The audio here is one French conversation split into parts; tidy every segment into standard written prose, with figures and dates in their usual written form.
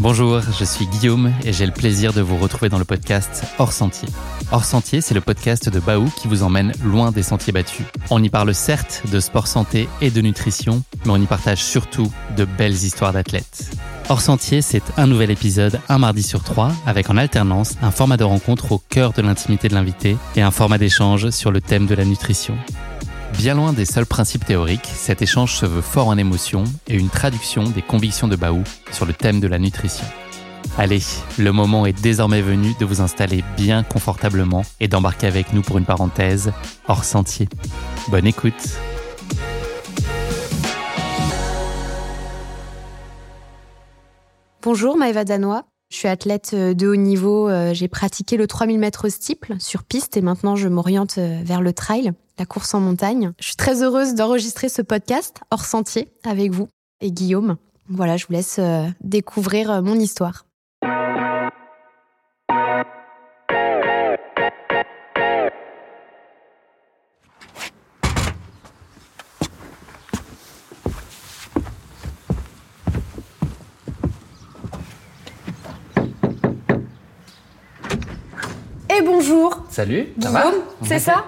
Bonjour, je suis Guillaume et j'ai le plaisir de vous retrouver dans le podcast Hors Sentier. Hors Sentier, c'est le podcast de Baou qui vous emmène loin des sentiers battus. On y parle certes de sport santé et de nutrition, mais on y partage surtout de belles histoires d'athlètes. Hors Sentier, c'est un nouvel épisode, un mardi sur 3, avec en alternance un format de rencontre au cœur de l'intimité de l'invité et un format d'échange sur le thème de la nutrition. Bien loin des seuls principes théoriques, cet échange se veut fort en émotion et une traduction des convictions de Baou sur le thème de la nutrition. Allez, le moment est désormais venu de vous installer bien confortablement et d'embarquer avec nous pour une parenthèse hors sentier. Bonne écoute. Bonjour, Maëva Danois. Je suis athlète de haut niveau. J'ai pratiqué le 3000 mètres steeple sur piste et maintenant je m'oriente vers le trail, la course en montagne. Je suis très heureuse d'enregistrer ce podcast hors sentier avec vous et Guillaume. Voilà, je vous laisse découvrir mon histoire. Et bonjour. Salut, ça Guillaume, va ? c'est ça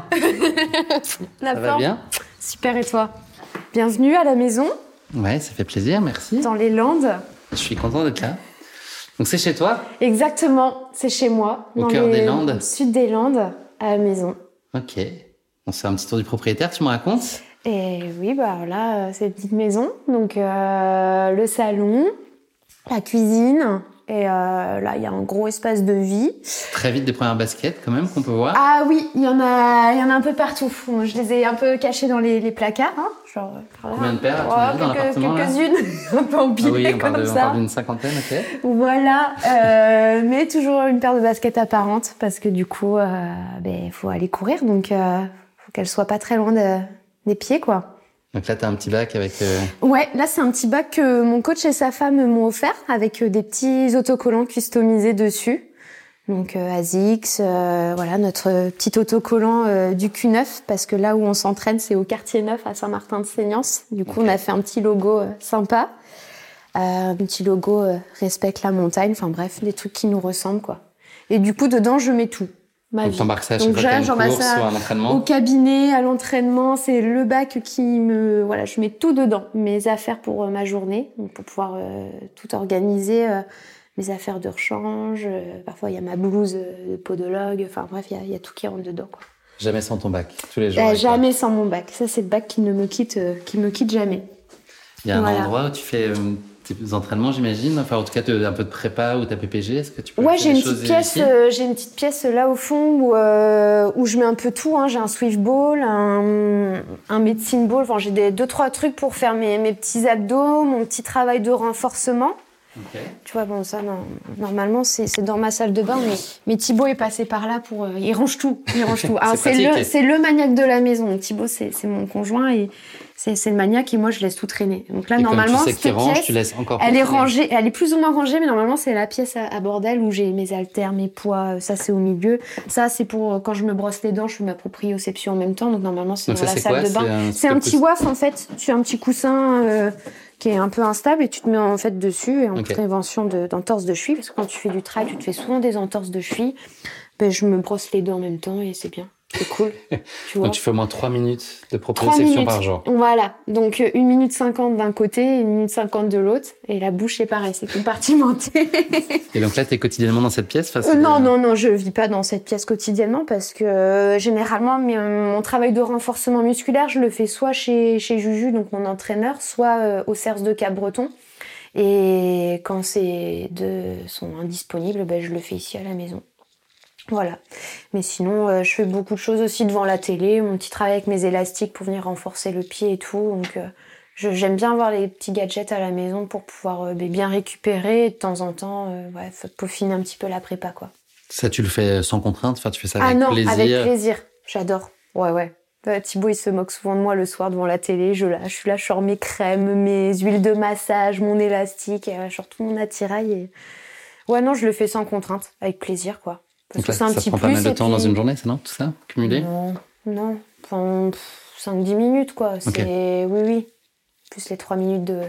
Ça va bien ? Super, et toi ? Bienvenue à la maison, Ouais, ça fait plaisir, merci. dans les Landes. Je suis content d'être là. Donc c'est chez toi ? Exactement, c'est chez moi. Au cœur des Landes. Sud des Landes, à la maison. Ok. On se fait un petit tour du propriétaire, tu me racontes ? Et oui, bah là, c'est une petite maison. Donc, le salon, la cuisine, et là, il y a un gros espace de vie. Très vite des premières baskets quand même qu'on peut voir. Ah oui, il y en a un peu partout. Je les ai un peu cachées dans les placards. Hein, genre, par là. Combien de paires à ton avis dans l'appartement là ? Quelques-unes, un peu empilées Ah oui, on comme ça. parle d'une cinquantaine, ok. Voilà, mais toujours une paire de baskets apparentes parce que du coup, faut aller courir, donc faut qu'elle soit pas très loin des pieds, quoi. Donc là, t'as un petit bac avec... Ouais, là c'est un petit bac que mon coach et sa femme m'ont offert avec des petits autocollants customisés dessus. Donc ASICS, voilà notre petit autocollant du Q9 parce que là où on s'entraîne c'est au quartier 9 à Saint-Martin-de-Seignance. Du coup on a fait un petit logo sympa, un petit logo respecte la montagne, enfin bref des trucs qui nous ressemblent quoi. Et du coup dedans je mets tout. Donc t'embarques ça à chaque fois que t'as une course ou un entraînement ? Au cabinet, à l'entraînement, c'est le bac qui me... Voilà, je mets tout dedans. Mes affaires pour ma journée, donc pour pouvoir tout organiser, mes affaires de rechange, parfois il y a ma blouse de podologue, enfin bref, il y a tout qui rentre dedans, quoi. Jamais sans ton bac, tous les jours. Jamais sans mon bac. Ça, c'est le bac qui me quitte jamais. Il y a un endroit où tu fais tes entraînements, j'imagine. Enfin, en tout cas, un peu de prépa ou ta PPG. Est-ce que tu peux Ouais, faire des choses ici ? j'ai une petite pièce là au fond où je mets un peu tout. Hein. J'ai un Swift Ball, un Medicine Ball. Enfin, j'ai 2-3 trucs pour faire mes petits abdos, mon petit travail de renforcement. Okay. Tu vois, bon, ça, non, normalement, c'est dans ma salle de bain, mais Thibaut est passé par là pour... il range tout. Alors, c'est le maniaque de la maison. Thibaut, c'est mon conjoint et c'est le maniaque et moi, je laisse tout traîner. Donc là, et normalement, cette pièce, tu laisses encore elle est rangée, elle est plus ou moins rangée, mais normalement, c'est la pièce à bordel où j'ai mes haltères, mes poids, ça, c'est au milieu. Ça, c'est pour quand je me brosse les dents, je fais ma proprioception en même temps. Donc normalement, c'est dans la salle de bain. C'est un petit waf, en fait. Tu as un petit coussin... qui est un peu instable et tu te mets en fait dessus et en prévention d'entorse de cheville parce que quand tu fais du trail tu te fais souvent des entorses de cheville. Je me brosse les dents en même temps et c'est bien, c'est cool. Tu vois. Donc tu fais au moins 3 minutes de proprioception par jour. Voilà, donc 1 minute 50 d'un côté et 1 minute 50 de l'autre et la bouche est pareil, c'est compartimenté. Et donc là t'es quotidiennement dans cette pièce Non, je vis pas dans cette pièce quotidiennement parce que généralement mon travail de renforcement musculaire je le fais soit chez Juju, donc mon entraîneur, soit au CERS de Cap-Breton. Et quand ces deux sont indisponibles, je le fais ici à la maison. Voilà. Mais sinon, je fais beaucoup de choses aussi devant la télé, mon petit travail avec mes élastiques pour venir renforcer le pied et tout. Donc, j'aime bien avoir les petits gadgets à la maison pour pouvoir bien récupérer et de temps en temps, peaufiner un petit peu la prépa, quoi. Ça, tu le fais sans contrainte ? Enfin, tu fais ça avec plaisir ? Avec plaisir. J'adore. Ouais. Thibaut, il se moque souvent de moi le soir devant la télé. Je suis là, je sors mes crèmes, mes huiles de massage, mon élastique, je sors tout mon attirail. Et... Ouais, non, je le fais sans contrainte, avec plaisir, quoi. Parce donc là, que c'est un ça petit prend pas mal de temps dans une journée, ça, non ? Tout ça, cumulé ? Non. Enfin, 5-10 minutes, quoi. Oui. Plus les 3 minutes de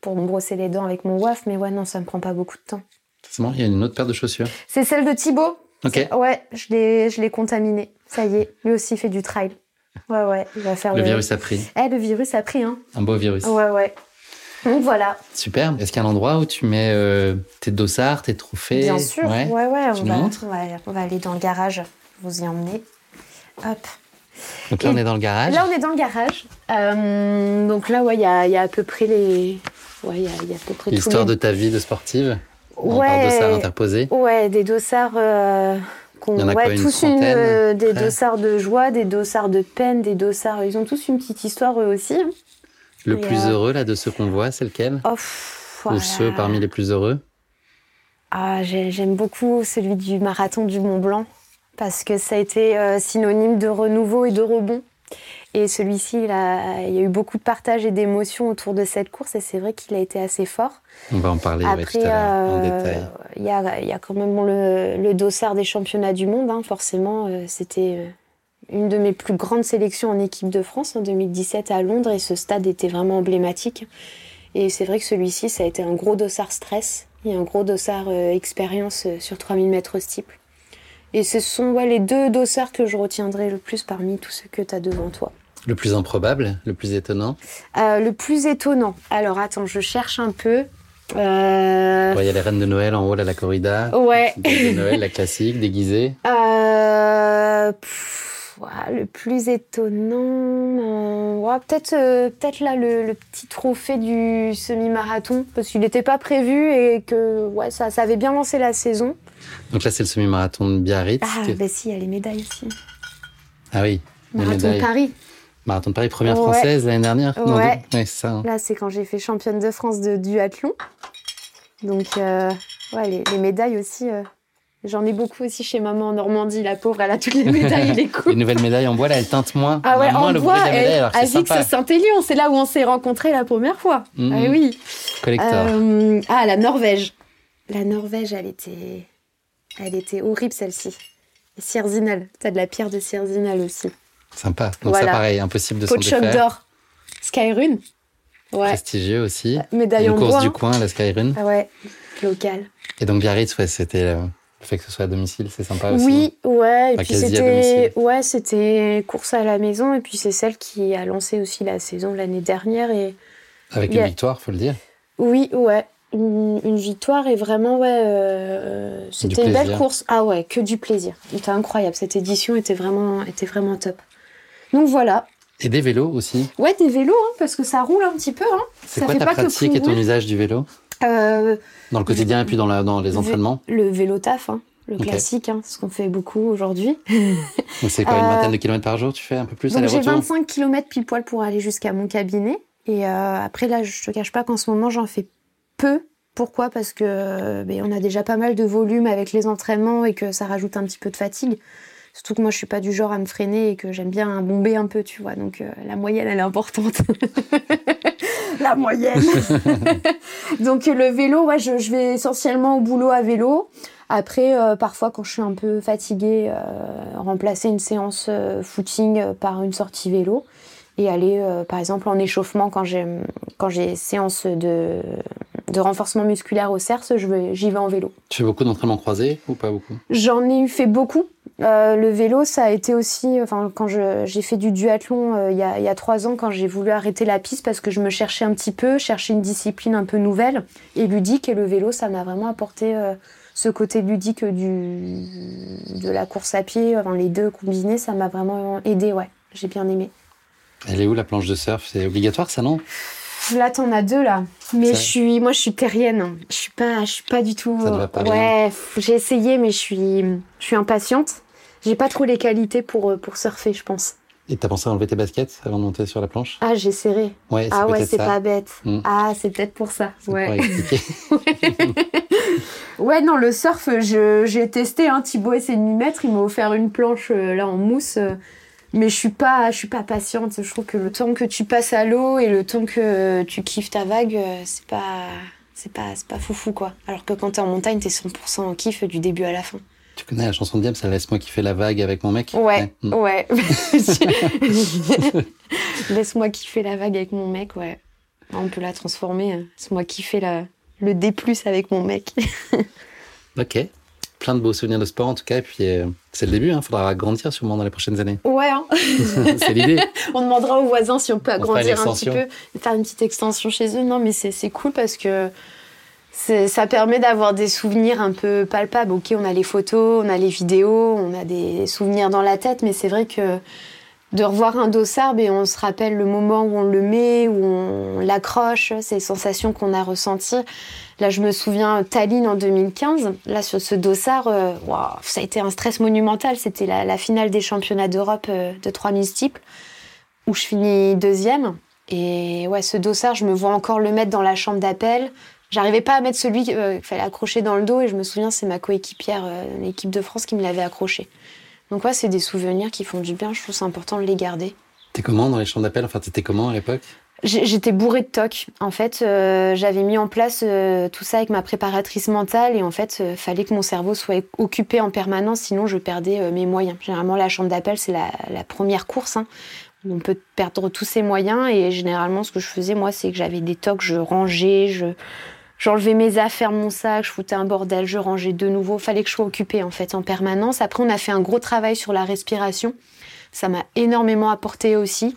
pour me brosser les dents avec mon waf, mais ouais, non, ça me prend pas beaucoup de temps. C'est bon, il y a une autre paire de chaussures. C'est celle de Thibaut. Ok. Ouais, je l'ai contaminé. Ça y est, lui aussi fait du trail. Ouais, il va faire le virus a pris. Le virus a pris, hein. Un beau virus. Ouais. Donc voilà. Super. Est-ce qu'il y a un endroit où tu mets tes dossards, tes trophées? Bien sûr. Ouais. Tu nous montres? On va aller dans le garage. Vous y emmenez. Hop. Donc là, on est dans le garage. Là, on est dans le garage. Donc là, ouais, il y a à peu près les... Ouais, il y a à peu près l'histoire de ta vie de sportive. Par dossards interposés. Ouais, des dossards... Il y en a quoi, une trentaine, des dossards de joie, des dossards de peine, des dossards... Ils ont tous une petite histoire, eux aussi. Le plus heureux, là, de ceux qu'on voit, c'est lequel? Ou ceux parmi les plus heureux? J'aime beaucoup celui du marathon du Mont Blanc, parce que ça a été synonyme de renouveau et de rebond. Et celui-ci, il y a eu beaucoup de partage et d'émotions autour de cette course, et c'est vrai qu'il a été assez fort. On va en parler tout à l'heure, en détail. Il y a quand même le dossard des championnats du monde, hein, forcément. C'était une de mes plus grandes sélections en équipe de France en 2017 à Londres, et ce stade était vraiment emblématique. Et c'est vrai que celui-ci, ça a été un gros dossard stress et un gros dossard expérience sur 3000 mètres steeple. Et ce sont les deux dossards que je retiendrai le plus parmi tous ceux que tu as devant toi. Le plus improbable, le plus étonnant? Le plus étonnant. Alors attends, je cherche un peu. Il y a les reines de Noël en haut, là, la corrida. Ouais. De Noël, la classique, déguisée. Le plus étonnant... peut-être là, le petit trophée du semi-marathon, parce qu'il n'était pas prévu et que ça avait bien lancé la saison. Donc là, c'est le semi-marathon de Biarritz. Si, il y a les médailles aussi. Ah oui, Marathon de Paris. Marathon de Paris, première française l'année dernière. Ouais. C'est ça. Hein. Là, c'est quand j'ai fait championne de France de duathlon. Donc, les médailles aussi... J'en ai beaucoup aussi chez maman en Normandie. La pauvre, elle a toutes les médailles, les coups. Les nouvelles médailles en bois, là, elles teintent moins. En le bois, bruit de la médaille, alors c'est sympa. c'est Saint-Élion. C'est là où on s'est rencontrés la première fois. Ah oui. Collector. La Norvège. La Norvège, elle était horrible, celle-ci. Sierzinal. T'as de la pierre de Sierzinal aussi. Sympa. Donc ça, pareil, impossible de s'en défaire. Pot de choc d'or. Skyrun. Ouais. Prestigieux aussi. Médaille en bois. Une course du coin, la Skyrun. Ouais, locale. Et donc Biarritz, c'était... Le fait que ce soit à domicile, c'est sympa aussi. Oui, ouais. Et enfin, puis c'était course à la maison. Et puis c'est celle qui a lancé aussi la saison l'année dernière. Et avec une victoire, faut le dire. Oui, ouais. Une victoire et vraiment, c'était une belle course. Ah ouais, que du plaisir. C'était incroyable. Cette édition était vraiment top. Donc voilà. Et des vélos aussi. Ouais, des vélos, hein, parce que ça roule un petit peu. Hein. C'est quoi ta pratique et ton usage du vélo? Dans le quotidien et puis dans les entraînements? Le vélo taf, hein, classique, hein, ce qu'on fait beaucoup aujourd'hui. Donc c'est quoi, une vingtaine de kilomètres par jour, tu fais un peu plus? Donc j'ai 25 kilomètres pile poil pour aller jusqu'à mon cabinet. Et après, là, je te cache pas qu'en ce moment, j'en fais peu. Pourquoi? Parce que on a déjà pas mal de volume avec les entraînements et que ça rajoute un petit peu de fatigue. Surtout que moi, je suis pas du genre à me freiner et que j'aime bien bomber un peu, tu vois. Donc, la moyenne, elle est importante. La moyenne. Donc, le vélo, je vais essentiellement au boulot à vélo. Après, parfois, quand je suis un peu fatiguée, remplacer une séance footing par une sortie vélo. Et aller, par exemple, en échauffement, quand j'ai séance de renforcement musculaire au CERS, j'y vais en vélo. Tu fais beaucoup d'entraînements croisés ou pas beaucoup? J'en ai fait beaucoup. Le vélo, ça a été aussi... quand j'ai fait du duathlon il y a 3 ans, quand j'ai voulu arrêter la piste parce que je me cherchais un petit peu, cherchais une discipline un peu nouvelle et ludique. Et le vélo, ça m'a vraiment apporté ce côté ludique de la course à pied. Les deux combinés, ça m'a vraiment aidé, ouais. J'ai bien aimé. Elle est où la planche de surf? C'est obligatoire ça, non? Là, t'en as 2 là. Mais moi, je suis terrienne. Je suis pas du tout. Ça ne va pas bien. Ouais, j'ai essayé, mais je suis impatiente. J'ai pas trop les qualités pour surfer, je pense. Et t'as pensé à enlever tes baskets avant de monter sur la planche? Ah, j'ai serré. Ouais, c'est ça. pas bête. Ah, c'est peut-être pour ça. Ouais. Ouais, non, le surf, j'ai testé. Thibaut essaie de m'y mettre. Il m'a offert une planche là en mousse. Mais je suis pas patiente. Je trouve que le temps que tu passes à l'eau et le temps que tu kiffes ta vague, c'est pas foufou, quoi. Alors que quand t'es en montagne, t'es 100% en kiff du début à la fin. Tu connais la chanson de Diams, ça laisse-moi kiffer la vague avec mon mec? Ouais. Laisse-moi kiffer la vague avec mon mec, ouais. On peut la transformer. C'est moi qui fais le D+, avec mon mec. Ok. Plein de beaux souvenirs de sport en tout cas. Et puis c'est le début, faudra grandir sûrement dans les prochaines années. Ouais, c'est l'idée. On demandera aux voisins si on peut agrandir un petit peu, faire une petite extension chez eux. Non, mais c'est cool parce que ça permet d'avoir des souvenirs un peu palpables. Ok, on a les photos, on a les vidéos, on a des souvenirs dans la tête, mais c'est vrai que de revoir un dossard, on se rappelle le moment où on le met, où on l'accroche, ces sensations qu'on a ressenties. Là, je me souviens, Tallinn en 2015, là, sur ce dossard, ça a été un stress monumental. C'était la finale des championnats d'Europe de 3000 steeples, où je finis 2e. Et ouais, ce dossard, je me vois encore le mettre dans la chambre d'appel. J'arrivais pas à mettre celui qu'il fallait accrocher dans le dos, et je me souviens, c'est ma coéquipière, l'équipe de France, qui me l'avait accroché. Donc ouais, c'est des souvenirs qui font du bien, je trouve que c'est important de les garder. T'es comment dans les chambres d'appel ? Enfin, t'étais comment à l'époque ? J'étais bourrée de toc. En fait, j'avais mis en place tout ça avec ma préparatrice mentale et en fait, fallait que mon cerveau soit occupé en permanence, sinon je perdais mes moyens. Généralement, la chambre d'appel, c'est la première course. On peut perdre tous ses moyens et généralement, ce que je faisais, moi, c'est que j'avais des tocs, je rangeais, j'enlevais mes affaires, mon sac, je foutais un bordel, je rangeais de nouveau. Fallait que je sois occupée, en fait, en permanence. Après, on a fait un gros travail sur la respiration. Ça m'a énormément apporté aussi.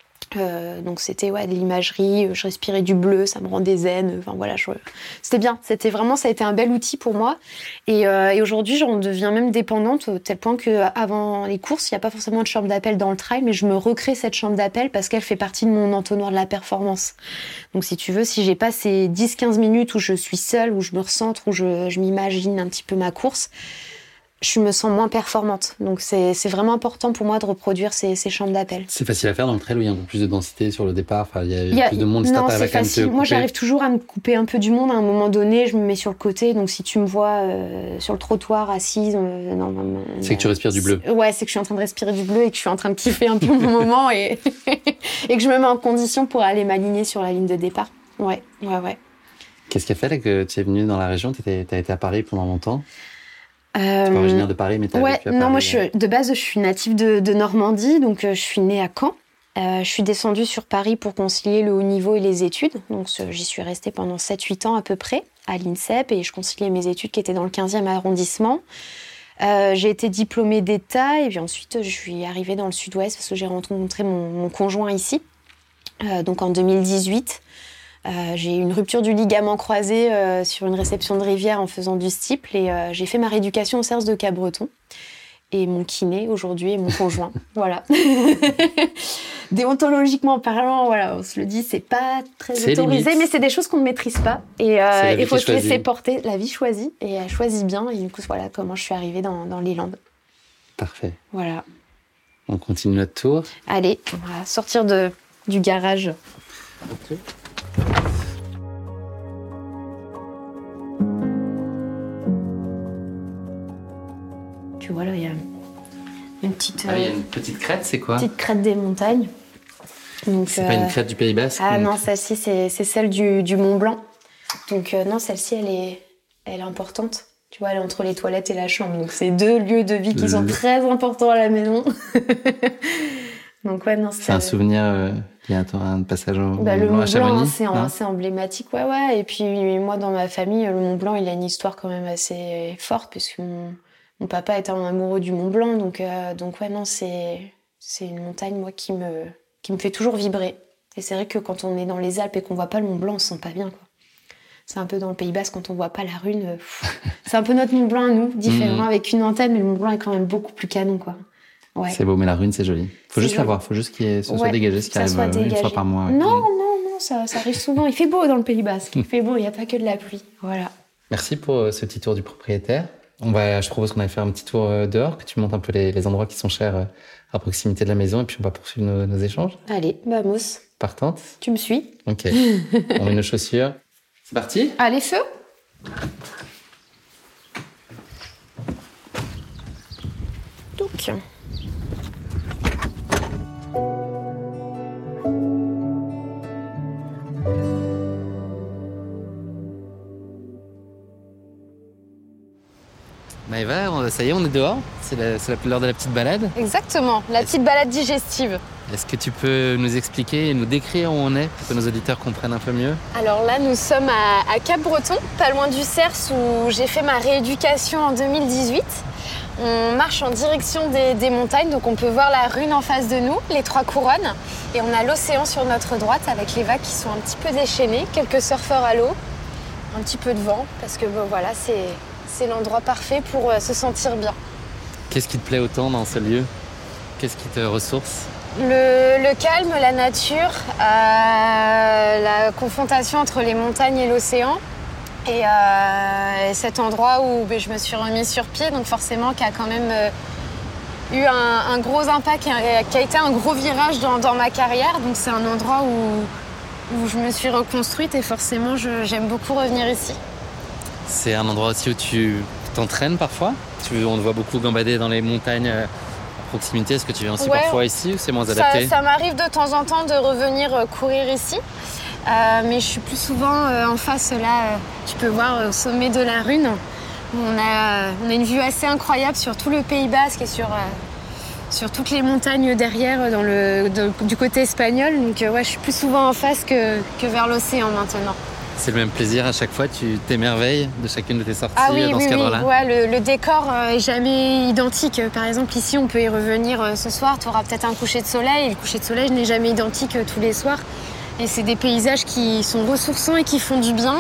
Donc, c'était de l'imagerie. Je respirais du bleu, ça me rendait zen. Enfin, voilà, c'était bien. Ça a été un bel outil pour moi. Et aujourd'hui, j'en deviens même dépendante au tel point qu'avant les courses, il n'y a pas forcément de chambre d'appel dans le trail, mais je me recrée cette chambre d'appel parce qu'elle fait partie de mon entonnoir de la performance. Donc, si tu veux, si j'ai pas ces 10-15 minutes où je suis seule, où je me recentre, où je m'imagine un petit peu ma course, je me sens moins performante. Donc, c'est vraiment important pour moi de reproduire ces chambres d'appel. C'est facile à faire dans le trail où il y a un peu plus de densité sur le départ. Enfin, il y a plus de monde. Non, c'est facile. Moi, j'arrive toujours à me couper un peu du monde. À un moment donné, je me mets sur le côté. Donc, si tu me vois sur le trottoir assise... c'est que tu respires du bleu. Ouais, c'est que je suis en train de respirer du bleu et que je suis en train de kiffer un peu mon moment et que je me mets en condition pour aller m'aligner sur la ligne de départ. Ouais. Qu'est-ce qui a fait là, que tu es venue dans la région ? T'as été à Paris pendant longtemps ? Tu es originaire de Paris, mais tu as vécu à Paris. Non, moi, de base, je suis native de Normandie, donc je suis née à Caen. Je suis descendue sur Paris pour concilier le haut niveau et les études. Donc, j'y suis restée pendant 7-8 ans à peu près, à l'INSEP, et je conciliais mes études qui étaient dans le 15e arrondissement. J'ai été diplômée d'État, et puis ensuite, je suis arrivée dans le sud-ouest parce que j'ai rencontré mon conjoint ici, donc en 2018. J'ai eu une rupture du ligament croisé sur une réception de rivière en faisant du steeple et j'ai fait ma rééducation au CERS de Capbreton. Et mon kiné aujourd'hui est mon conjoint. Voilà. Déontologiquement parlant, voilà, on se le dit, c'est pas très autorisé, limite. Mais c'est des choses qu'on ne maîtrise pas. Et il faut se laisser porter. La vie choisit et elle choisit bien. Et du coup, voilà comment je suis arrivée dans les Landes. Parfait. Voilà. On continue notre tour. Allez, on va sortir du garage. Okay. Tu vois, là, il y a une petite... il y a une petite crête, c'est quoi ? Petite crête des montagnes. Donc, c'est pas une crête du Pays Basque ? Ah non, celle-ci, c'est celle du Mont Blanc. Donc non, celle-ci, elle est importante. Tu vois, elle est entre les toilettes et la chambre. Donc c'est 2 lieux de vie qui sont très importants à la maison. Donc ouais, non, c'est un souvenir... Il y a un passage au Mont Blanc le Mont à Chamonix, Blanc, c'est emblématique, ouais. Et puis moi, dans ma famille, le Mont Blanc, il a une histoire quand même assez forte, puisque mon papa était un amoureux du Mont Blanc, donc ouais, non, c'est une montagne, moi, qui me fait toujours vibrer. Et c'est vrai que quand on est dans les Alpes et qu'on voit pas le Mont Blanc, on se sent pas bien, quoi. C'est un peu dans le Pays Basque, quand on voit pas la Rune, c'est un peu notre Mont Blanc à nous, différent, avec une antenne, mais le Mont Blanc est quand même beaucoup plus canon, quoi. Ouais. C'est beau, mais la Rune, c'est joli. Faut juste la voir, faut juste qu'il soit dégagé, ce qui arrive une fois par mois. Non, ça arrive souvent. Il fait beau dans le Pays Basque. Il fait beau, il n'y a pas que de la pluie. Voilà. Merci pour ce petit tour du propriétaire. Je propose qu'on aille faire un petit tour dehors, que tu montes un peu les endroits qui sont chers à proximité de la maison, et puis on va poursuivre nos échanges. Allez, vamos. Partante ? Tu me suis ? Ok. On met nos chaussures. C'est parti ? Allez, feu ! Donc... Maëva, ça y est, on est dehors. C'est l'heure de la petite balade. Exactement, la petite balade digestive. Est-ce que tu peux nous expliquer et nous décrire où on est pour que nos auditeurs comprennent un peu mieux? Alors là, nous sommes à Cap-Breton, pas loin du Cers où j'ai fait ma rééducation en 2018. On marche en direction des montagnes, donc on peut voir la Rhune en face de nous, les Trois Couronnes. Et on a l'océan sur notre droite avec les vagues qui sont un petit peu déchaînées, quelques surfeurs à l'eau, un petit peu de vent, parce que voilà, c'est l'endroit parfait pour se sentir bien. Qu'est-ce qui te plaît autant dans ce lieu? Qu'est-ce qui te ressource? Le calme, la nature, la confrontation entre les montagnes et l'océan. Et cet endroit où je me suis remise sur pied, donc forcément qui a quand même eu un gros impact, qui a été un gros virage dans ma carrière. Donc c'est un endroit où je me suis reconstruite et forcément j'aime beaucoup revenir ici. C'est un endroit aussi où tu t'entraînes parfois? On te voit beaucoup gambader dans les montagnes à proximité. Est-ce que tu viens aussi parfois ici ou c'est moins adapté? Ça m'arrive de temps en temps de revenir courir ici. Mais je suis plus souvent en face, là, tu peux voir au sommet de la Rhune. On a une vue assez incroyable sur tout le Pays Basque et sur toutes les montagnes derrière du côté espagnol. Donc je suis plus souvent en face que vers l'océan maintenant. C'est le même plaisir à chaque fois, tu t'émerveilles de chacune de tes sorties dans ce cadre-là? Oui. Ouais, le décor est jamais identique. Par exemple, ici, on peut y revenir ce soir, tu auras peut-être un coucher de soleil. Et le coucher de soleil n'est jamais identique tous les soirs. Et c'est des paysages qui sont ressourçants et qui font du bien.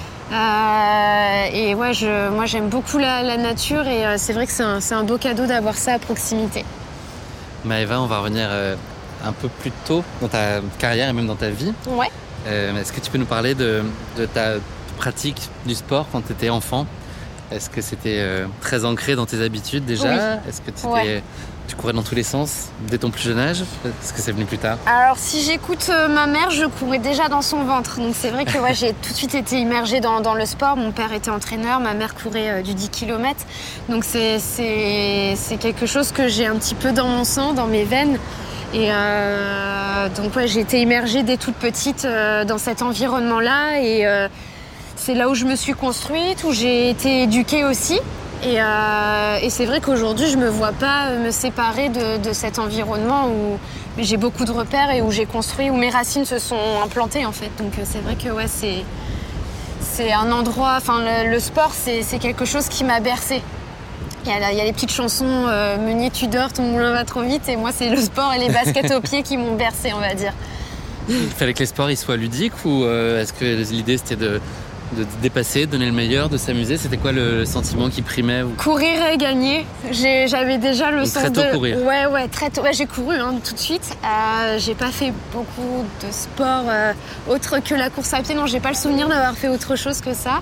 Et ouais, moi, j'aime beaucoup la nature et c'est vrai que c'est un beau cadeau d'avoir ça à proximité. Maëva, on va revenir un peu plus tôt dans ta carrière et même dans ta vie. Ouais. Est-ce que tu peux nous parler de ta pratique du sport quand tu étais enfant? Est-ce que c'était très ancré dans tes habitudes déjà? Oui. Est-ce que tu courais dans tous les sens dès ton plus jeune âge? Est-ce que c'est venu plus tard? Alors si j'écoute ma mère, je courais déjà dans son ventre. Donc c'est vrai que j'ai tout de suite été immergée dans le sport. Mon père était entraîneur, ma mère courait du 10 km. Donc c'est quelque chose que j'ai un petit peu dans mon sang, dans mes veines. Et donc j'ai été immergée dès toute petite dans cet environnement-là. Et c'est là où je me suis construite, où j'ai été éduquée aussi. Et c'est vrai qu'aujourd'hui, je ne me vois pas me séparer de cet environnement où j'ai beaucoup de repères et où j'ai construit, où mes racines se sont implantées en fait. Donc c'est vrai que c'est un endroit, le sport, c'est quelque chose qui m'a bercée. Il y a les petites chansons Meunier tu dors, ton moulin va trop vite, et moi c'est le sport et les baskets aux pieds qui m'ont bercée, on va dire. Il fallait que les sports ils soient ludiques ou est-ce que l'idée c'était de dépasser, de donner le meilleur, de s'amuser? C'était quoi le sentiment qui primait? Courir et gagner. J'avais déjà le sens très tôt courir. Ouais, très tôt. Ouais, j'ai couru tout de suite. J'ai pas fait beaucoup de sport autre que la course à pied. Non, j'ai pas le souvenir d'avoir fait autre chose que ça.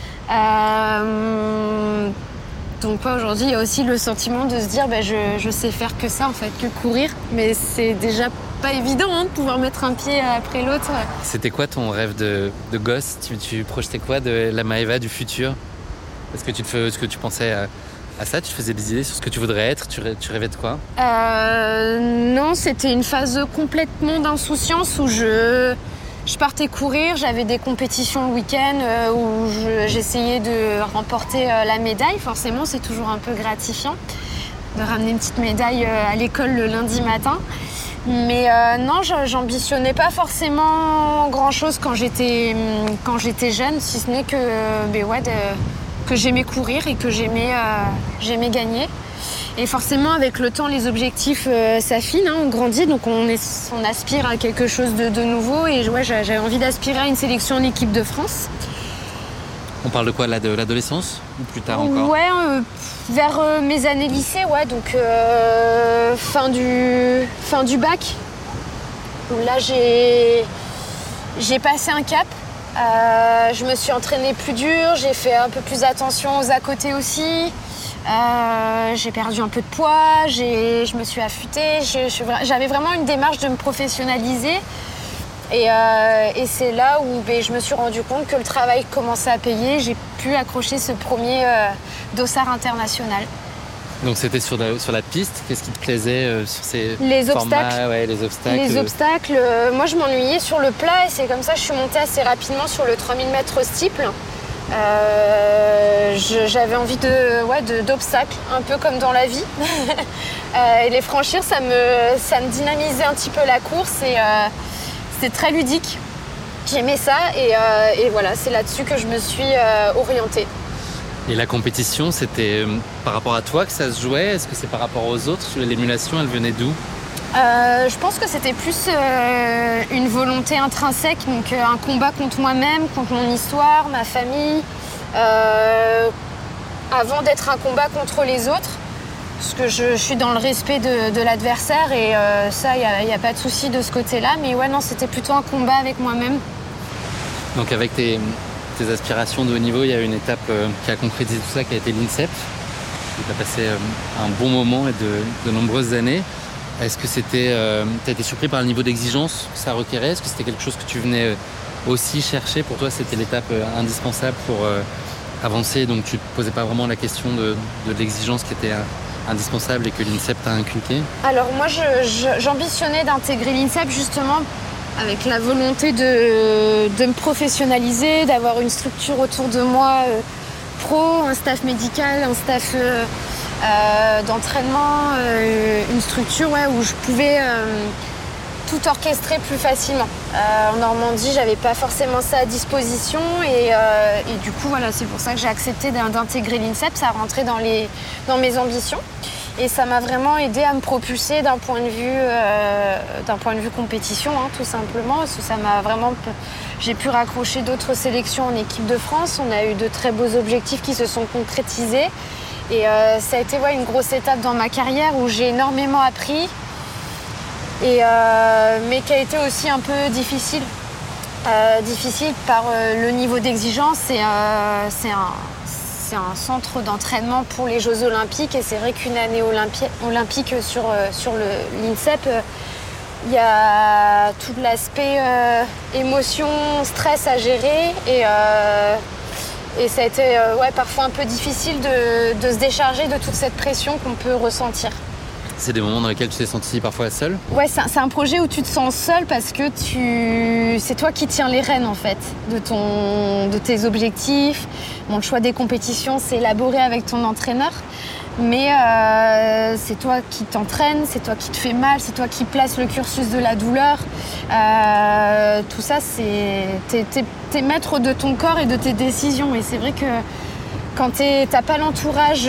Donc aujourd'hui, il y a aussi le sentiment de se dire je sais faire que ça en fait, que courir. Mais c'est déjà pas évident de pouvoir mettre un pied après l'autre. C'était quoi ton rêve de gosse? Tu projetais quoi de la Maëva du futur? Est-ce que tu pensais à ça? Tu faisais des idées sur ce que tu voudrais être? Tu rêvais de quoi? Non, c'était une phase complètement d'insouciance où je partais courir, j'avais des compétitions le week-end où j'essayais de remporter la médaille. Forcément, c'est toujours un peu gratifiant de ramener une petite médaille à l'école le lundi matin. Mais non, j'ambitionnais pas forcément grand-chose quand j'étais jeune, si ce n'est que j'aimais courir et que j'aimais gagner. Et forcément, avec le temps, les objectifs s'affinent, on grandit, donc on aspire à quelque chose de nouveau. Et j'avais envie d'aspirer à une sélection en équipe de France. On parle de quoi, là, de l'adolescence ou plus tard encore? Ouais, vers mes années lycée, ouais, donc fin du bac. Où là, j'ai passé un cap. Je me suis entraînée plus dur, j'ai fait un peu plus attention aux à côté aussi. J'ai perdu un peu de poids, je me suis affûtée. J'avais vraiment une démarche de me professionnaliser. Et c'est là où je me suis rendu compte que le travail commençait à payer. J'ai pu accrocher ce premier dossard international. Donc c'était sur la piste. Qu'est-ce qui te plaisait sur ces formats? Les obstacles. Les obstacles. Moi, je m'ennuyais sur le plat et c'est comme ça que je suis montée assez rapidement sur le 3000 mètres steeple. j'avais envie d'obstacles, un peu comme dans la vie. Et les franchir, ça me dynamisait un petit peu la course et c'était très ludique. J'aimais ça et voilà, c'est là-dessus que je me suis orientée. Et la compétition, c'était par rapport à toi que ça se jouait? Est-ce que c'est par rapport aux autres? L'émulation, elle venait d'où? Je pense que c'était plus une volonté intrinsèque, donc un combat contre moi-même, contre mon histoire, ma famille, avant d'être un combat contre les autres, parce que je suis dans le respect de l'adversaire et ça, il n'y a pas de souci de ce côté-là, mais ouais, non, c'était plutôt un combat avec moi-même. Donc avec tes aspirations de haut niveau, il y a une étape qui a concrétisé tout ça, qui a été l'INSEP. Tu as passé un bon moment et de nombreuses années. Est-ce que tu as été surpris par le niveau d'exigence que ça requérait? Est-ce que c'était quelque chose que tu venais aussi chercher? Pour toi, c'était l'étape indispensable pour avancer, donc tu ne te posais pas vraiment la question de l'exigence qui était indispensable et que l'INSEP t'a inculqué? Alors moi, j'ambitionnais d'intégrer l'INSEP justement avec la volonté de me professionnaliser, d'avoir une structure autour de moi pro, un staff médical, un staff d'entraînement, une structure où je pouvais tout orchestrer plus facilement. En Normandie, j'avais pas forcément ça à disposition et du coup voilà, c'est pour ça que j'ai accepté d'intégrer l'INSEP. Ça rentrait dans mes ambitions et ça m'a vraiment aidé à me propulser d'un point de vue compétition, tout simplement, parce que ça m'a vraiment. J'ai pu raccrocher d'autres sélections en équipe de France. On a eu de très beaux objectifs qui se sont concrétisés. Et ça a été une grosse étape dans ma carrière où j'ai énormément appris, mais qui a été aussi un peu difficile. Difficile par le niveau d'exigence. C'est un centre d'entraînement pour les Jeux Olympiques et c'est vrai qu'une année olympique sur l'INSEP, il y a tout l'aspect émotion, stress à gérer et ça a été parfois un peu difficile de se décharger de toute cette pression qu'on peut ressentir. C'est des moments dans lesquels tu t'es sentie parfois seule? Ouais, c'est un projet où tu te sens seule parce que c'est toi qui tiens les rênes en fait de tes objectifs. Le choix des compétitions, c'est élaboré avec ton entraîneur. Mais c'est toi qui t'entraînes, c'est toi qui te fais mal, c'est toi qui places le cursus de la douleur. Tout ça, t'es maître de ton corps et de tes décisions. Et c'est vrai que quand t'as pas l'entourage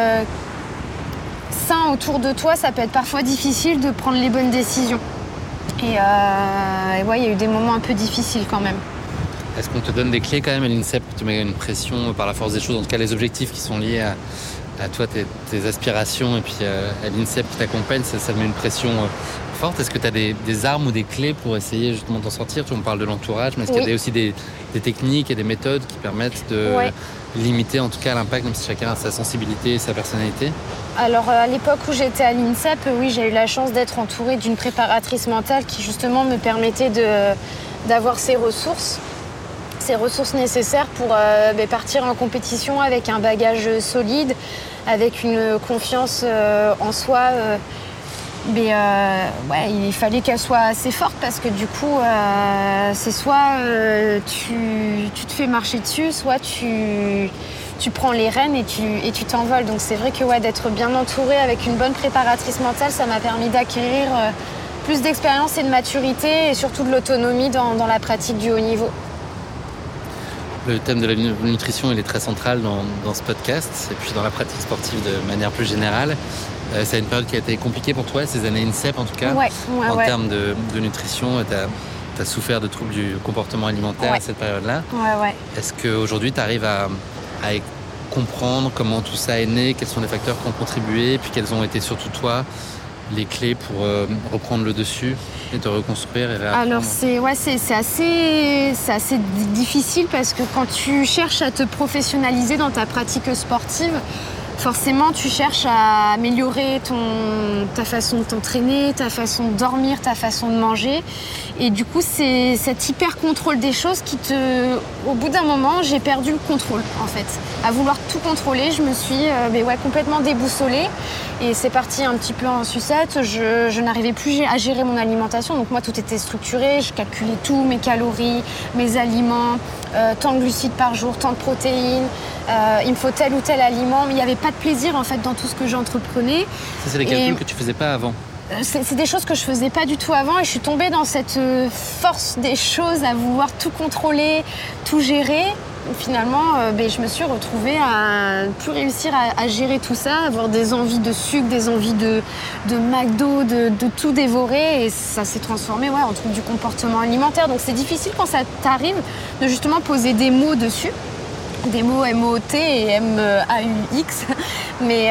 sain autour de toi, ça peut être parfois difficile de prendre les bonnes décisions. Et il y a eu des moments un peu difficiles quand même. Est-ce qu'on te donne des clés quand même à l'INSEP? Tu mets une pression par la force des choses, en tout cas les objectifs qui sont liés à toi, tes aspirations et puis à l'INSEP qui t'accompagne, ça te met une pression forte. Est-ce que tu as des armes ou des clés pour essayer justement d'en sortir? On parle de l'entourage, mais est-ce qu'il y a aussi des techniques et des méthodes qui permettent de limiter en tout cas l'impact, même si chacun a sa sensibilité et sa personnalité? Alors à l'époque où j'étais à l'INSEP, oui, j'ai eu la chance d'être entourée d'une préparatrice mentale qui justement me permettait d'avoir ces ressources nécessaires pour partir en compétition avec un bagage solide, avec une confiance en soi. Il fallait qu'elle soit assez forte parce que du coup, c'est soit tu te fais marcher dessus, soit tu prends les rênes et tu t'envoles. Donc c'est vrai que d'être bien entourée avec une bonne préparatrice mentale, ça m'a permis d'acquérir plus d'expérience et de maturité et surtout de l'autonomie dans la pratique du haut niveau. Le thème de la nutrition, il est très central dans ce podcast et puis dans la pratique sportive de manière plus générale. C'est une période qui a été compliquée pour toi, ces années INSEP en tout cas. En termes de nutrition, tu as souffert de troubles du comportement alimentaire à cette période-là. Est-ce qu'aujourd'hui, tu arrives à comprendre comment tout ça est né, quels sont les facteurs qui ont contribué, puis quels ont été surtout toi les clés pour reprendre le dessus et te reconstruire et réapprendre? Alors c'est assez difficile parce que quand tu cherches à te professionnaliser dans ta pratique sportive, forcément tu cherches à améliorer ta façon de t'entraîner, ta façon de dormir, ta façon de manger. Et du coup, c'est cet hyper contrôle des choses au bout d'un moment, j'ai perdu le contrôle en fait. À vouloir tout contrôler, je me suis complètement déboussolée. Et c'est parti un petit peu en sucette. Je n'arrivais plus à gérer mon alimentation. Donc moi, tout était structuré. Je calculais tout, mes calories, mes aliments, tant de glucides par jour, tant de protéines. il me faut tel ou tel aliment, mais il n'y avait pas de plaisir en fait dans tout ce que j'entreprenais. Ça, c'est des calculs que tu faisais pas avant. C'est des choses que je faisais pas du tout avant et je suis tombée dans cette force des choses à vouloir tout contrôler, tout gérer. Finalement, je me suis retrouvée à ne plus réussir à gérer tout ça, avoir des envies de sucre, des envies de McDo, de tout dévorer et ça s'est transformé en trouble du comportement alimentaire. Donc c'est difficile quand ça t'arrive de justement poser des mots dessus, des mots M-O-T et M-A-U-X, mais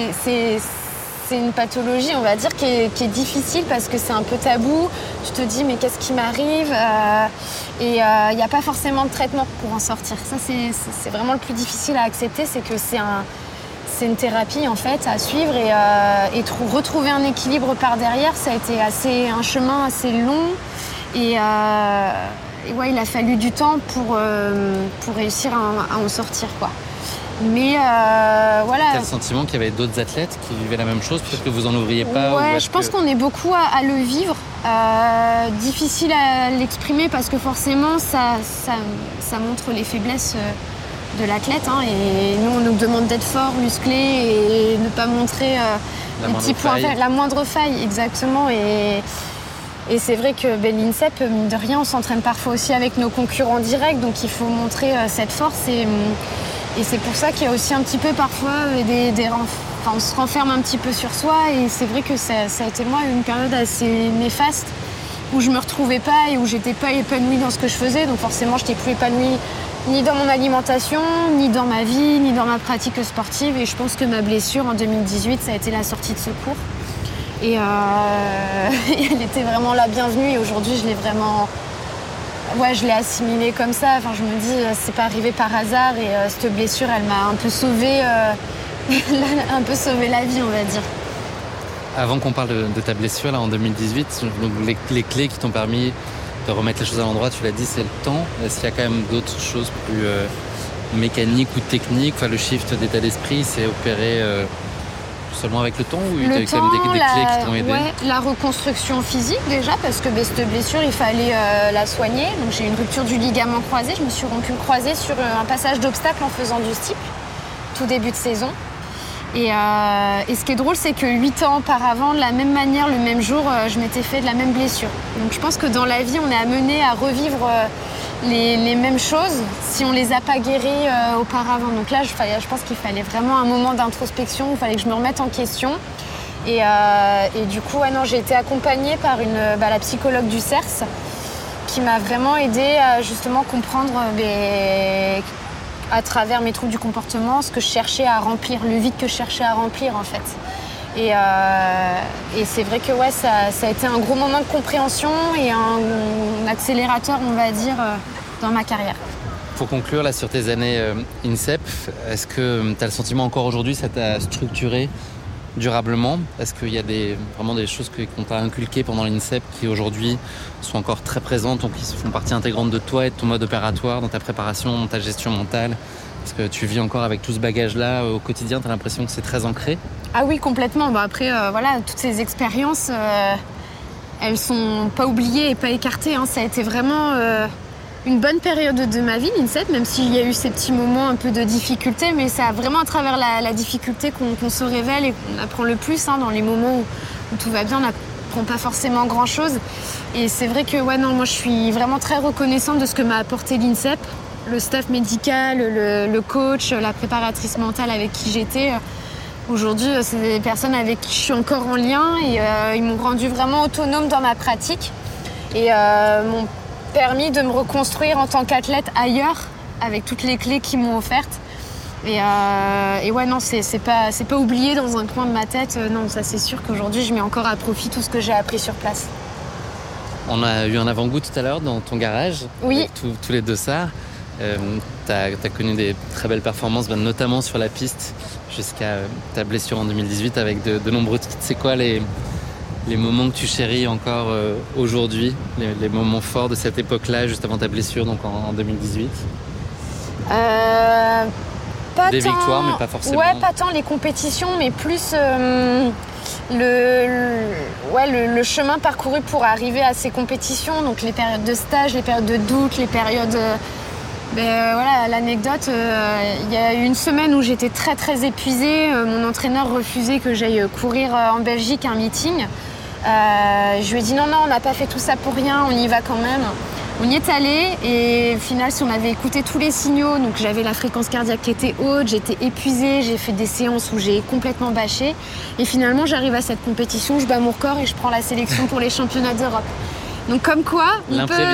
c'est une pathologie, on va dire, qui est difficile parce que c'est un peu tabou. Tu te dis, mais qu'est-ce qui m'arrive et il n'y a pas forcément de traitement pour en sortir. Ça, c'est vraiment le plus difficile à accepter, c'est que c'est une thérapie, en fait, à suivre et retrouver un équilibre par derrière, ça a été un chemin assez long et il a fallu du temps pour réussir à en sortir, quoi. Mais voilà. T'as le sentiment qu'il y avait d'autres athlètes qui vivaient la même chose, peut-être que vous en ouvriez pas? Ouais, je pense qu'on est beaucoup à le vivre. Difficile à l'exprimer parce que forcément ça montre les faiblesses de l'athlète. Et nous, on nous demande d'être fort, musclé et ne pas montrer les petits points faibles, la moindre faille, exactement. Et c'est vrai que l'INSEP, mine de rien, on s'entraîne parfois aussi avec nos concurrents directs, donc il faut montrer cette force. Et c'est pour ça qu'il y a aussi un petit peu parfois on se renferme un petit peu sur soi. Et c'est vrai que ça a été moi une période assez néfaste où je me retrouvais pas et où j'étais pas épanouie dans ce que je faisais. Donc forcément, je n'étais plus épanouie ni dans mon alimentation, ni dans ma vie, ni dans ma pratique sportive. Et je pense que ma blessure en 2018, ça a été la sortie de secours. Et elle était vraiment la bienvenue. Et aujourd'hui, je l'ai vraiment... je l'ai assimilée comme ça. Enfin, je me dis, c'est pas arrivé par hasard. Et cette blessure, elle m'a un peu sauvée la vie, on va dire. Avant qu'on parle de ta blessure, là, en 2018, les clés qui t'ont permis de remettre les choses à l'endroit, tu l'as dit, c'est le temps. Est-ce qu'il y a quand même d'autres choses plus mécaniques ou techniques? Le shift d'état d'esprit, c'est opéré seulement avec le temps ou il y a quand même des clés qui t'ont aidé? La reconstruction physique déjà, parce que cette blessure, il fallait la soigner. Donc j'ai eu une rupture du ligament croisé. Je me suis rompu le croisé sur un passage d'obstacle en faisant du steeple, tout début de saison. Et ce qui est drôle, c'est que 8 ans auparavant, de la même manière, le même jour, je m'étais fait de la même blessure. Donc je pense que dans la vie, on est amené à revivre les mêmes choses si on les a pas guéries auparavant. Donc là, je pense qu'il fallait vraiment un moment d'introspection, il fallait que je me remette en question. Et du coup, j'ai été accompagnée par la psychologue du CERS qui m'a vraiment aidée à justement comprendre à travers mes troubles du comportement ce que je cherchais à remplir, le vide que je cherchais à remplir en fait. Et c'est vrai que ça a été un gros moment de compréhension et un accélérateur, on va dire, dans ma carrière. Pour conclure, là, sur tes années INSEP, est-ce que tu as le sentiment encore aujourd'hui ça t'a structuré durablement? Est-ce qu'il y a vraiment des choses qu'on t'a inculquées pendant l'INSEP qui aujourd'hui sont encore très présentes, donc qui font partie intégrante de toi et de ton mode opératoire, dans ta préparation, dans ta gestion mentale? Est-ce que tu vis encore avec tout ce bagage-là au quotidien? Tu as l'impression que c'est très ancré? Ah oui, complètement. Après, toutes ces expériences, elles sont pas oubliées et pas écartées. Ça a été vraiment une bonne période de ma vie, l'INSEP, même s'il y a eu ces petits moments un peu de difficulté, mais c'est vraiment à travers la difficulté qu'on se révèle et qu'on apprend le plus. Dans les moments où tout va bien, on n'apprend pas forcément grand-chose. Et c'est vrai que moi je suis vraiment très reconnaissante de ce que m'a apporté l'INSEP, le staff médical, le coach, la préparatrice mentale avec qui j'étais. Aujourd'hui, c'est des personnes avec qui je suis encore en lien et ils m'ont rendue vraiment autonome dans ma pratique et m'ont permis de me reconstruire en tant qu'athlète ailleurs avec toutes les clés qu'ils m'ont offertes. C'est pas oublié dans un coin de ma tête. Non, ça c'est sûr qu'aujourd'hui, je mets encore à profit tout ce que j'ai appris sur place. On a eu un avant-goût tout à l'heure dans ton garage, oui. Avec tous les dossards. T'as connu des très belles performances, notamment sur la piste, jusqu'à ta blessure en 2018 avec de nombreux titres. C'est quoi les moments que tu chéris encore aujourd'hui, les moments forts de cette époque-là, juste avant ta blessure, donc en 2018? Des victoires, mais pas forcément. Ouais, pas tant les compétitions, mais plus le chemin parcouru pour arriver à ces compétitions. Donc les périodes de stage, les périodes de doute, les périodes Voilà, l'anecdote, il y a eu une semaine où j'étais très très épuisée. Mon entraîneur refusait que j'aille courir en Belgique un meeting. Je lui ai dit non, on n'a pas fait tout ça pour rien, on y va quand même. On y est allé et au final, si on avait écouté tous les signaux, donc j'avais la fréquence cardiaque qui était haute, j'étais épuisée, j'ai fait des séances où j'ai complètement bâché. Et finalement, j'arrive à cette compétition, je bats mon record et je prends la sélection pour les championnats d'Europe. Donc comme quoi, on peut...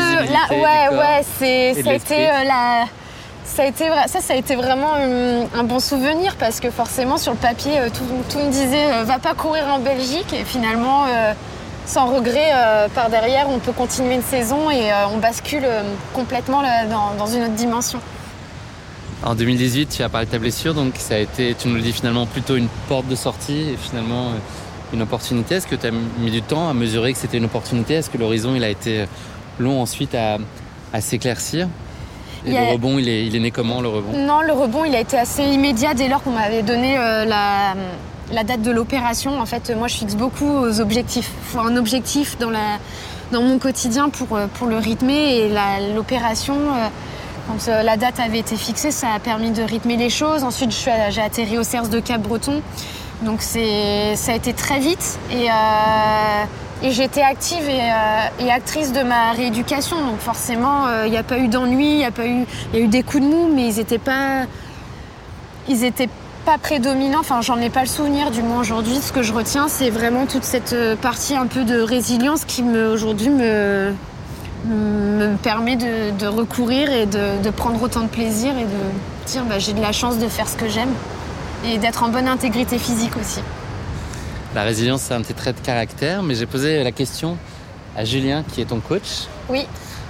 Ça a été vraiment un bon souvenir parce que forcément, sur le papier, tout me disait va pas courir en Belgique et finalement... sans regret, par derrière, on peut continuer une saison et on bascule complètement dans une autre dimension. En 2018, tu as parlé de ta blessure, donc ça a été, tu nous le dis, finalement plutôt une porte de sortie et finalement une opportunité. Est-ce que tu as mis du temps à mesurer que c'était une opportunité ? Est-ce que l'horizon il a été long ensuite à s'éclaircir ? Et le rebond, il est né comment, le rebond ? Non, le rebond, il a été assez immédiat dès lors qu'on m'avait donné la date de l'opération. En fait, moi, je fixe beaucoup aux objectifs. Il faut un objectif dans mon quotidien pour le rythmer. Et l'opération, quand la date avait été fixée, ça a permis de rythmer les choses. Ensuite, j'ai atterri au CERS de Cap-Breton. Donc, ça a été très vite. Et j'étais active et actrice de ma rééducation. Donc, forcément, il n'y a pas eu d'ennui. Il y a eu des coups de mou, mais ils étaient pas prédominant, enfin j'en ai pas le souvenir du moins aujourd'hui. Ce que je retiens, c'est vraiment toute cette partie un peu de résilience qui aujourd'hui me permet de recourir et de prendre autant de plaisir et de dire j'ai de la chance de faire ce que j'aime et d'être en bonne intégrité physique aussi. La résilience, c'est un de tes traits de caractère, mais j'ai posé la question à Julien, qui est ton coach. Oui.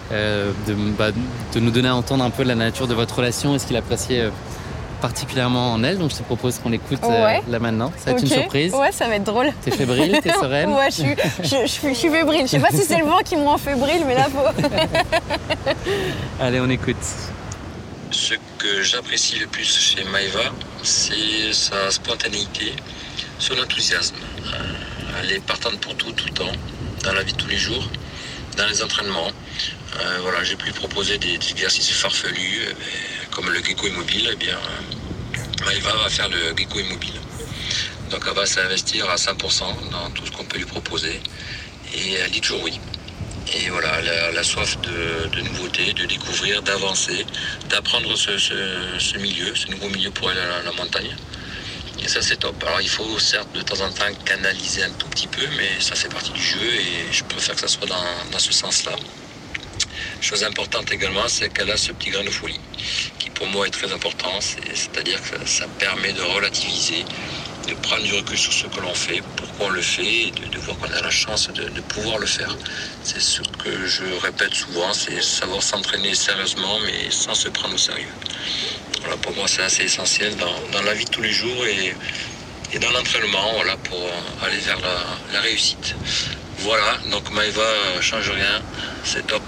De nous donner à entendre un peu la nature de votre relation et ce qu'il appréciait particulièrement en elle, donc je te propose qu'on l'écoute là maintenant. Ça va être une surprise. Ouais, ça va être drôle. T'es fébrile, t'es sereine. Ouais, je suis fébrile. Je sais pas si c'est le vent qui me rend fébrile, mais là, faut... Allez, on écoute. Ce que j'apprécie le plus chez Maëva, c'est sa spontanéité, son enthousiasme. Elle est partante pour tout le temps, dans la vie de tous les jours, dans les entraînements. J'ai pu lui proposer des exercices farfelus, comme le gecko immobile. Eh bien, Maëva va faire le gecko immobile. Donc elle va s'investir à 100% dans tout ce qu'on peut lui proposer. Et elle dit toujours oui. Et voilà, elle a soif de nouveautés, de découvrir, d'avancer, d'apprendre ce milieu, ce nouveau milieu pour elle, la montagne. Et ça, c'est top. Alors, il faut certes de temps en temps canaliser un tout petit peu, mais ça fait partie du jeu et je préfère que ça soit dans ce sens-là. Chose importante également, c'est qu'elle a ce petit grain de folie, qui pour moi est très important. C'est-à-dire que ça permet de relativiser, de prendre du recul sur ce que l'on fait, pourquoi on le fait, et de voir qu'on a la chance de pouvoir le faire. C'est ce que je répète souvent, c'est savoir s'entraîner sérieusement, mais sans se prendre au sérieux. Voilà, pour moi, c'est assez essentiel dans la vie de tous les jours et dans l'entraînement, pour aller vers la réussite. Voilà, donc Maëva change rien, c'est top.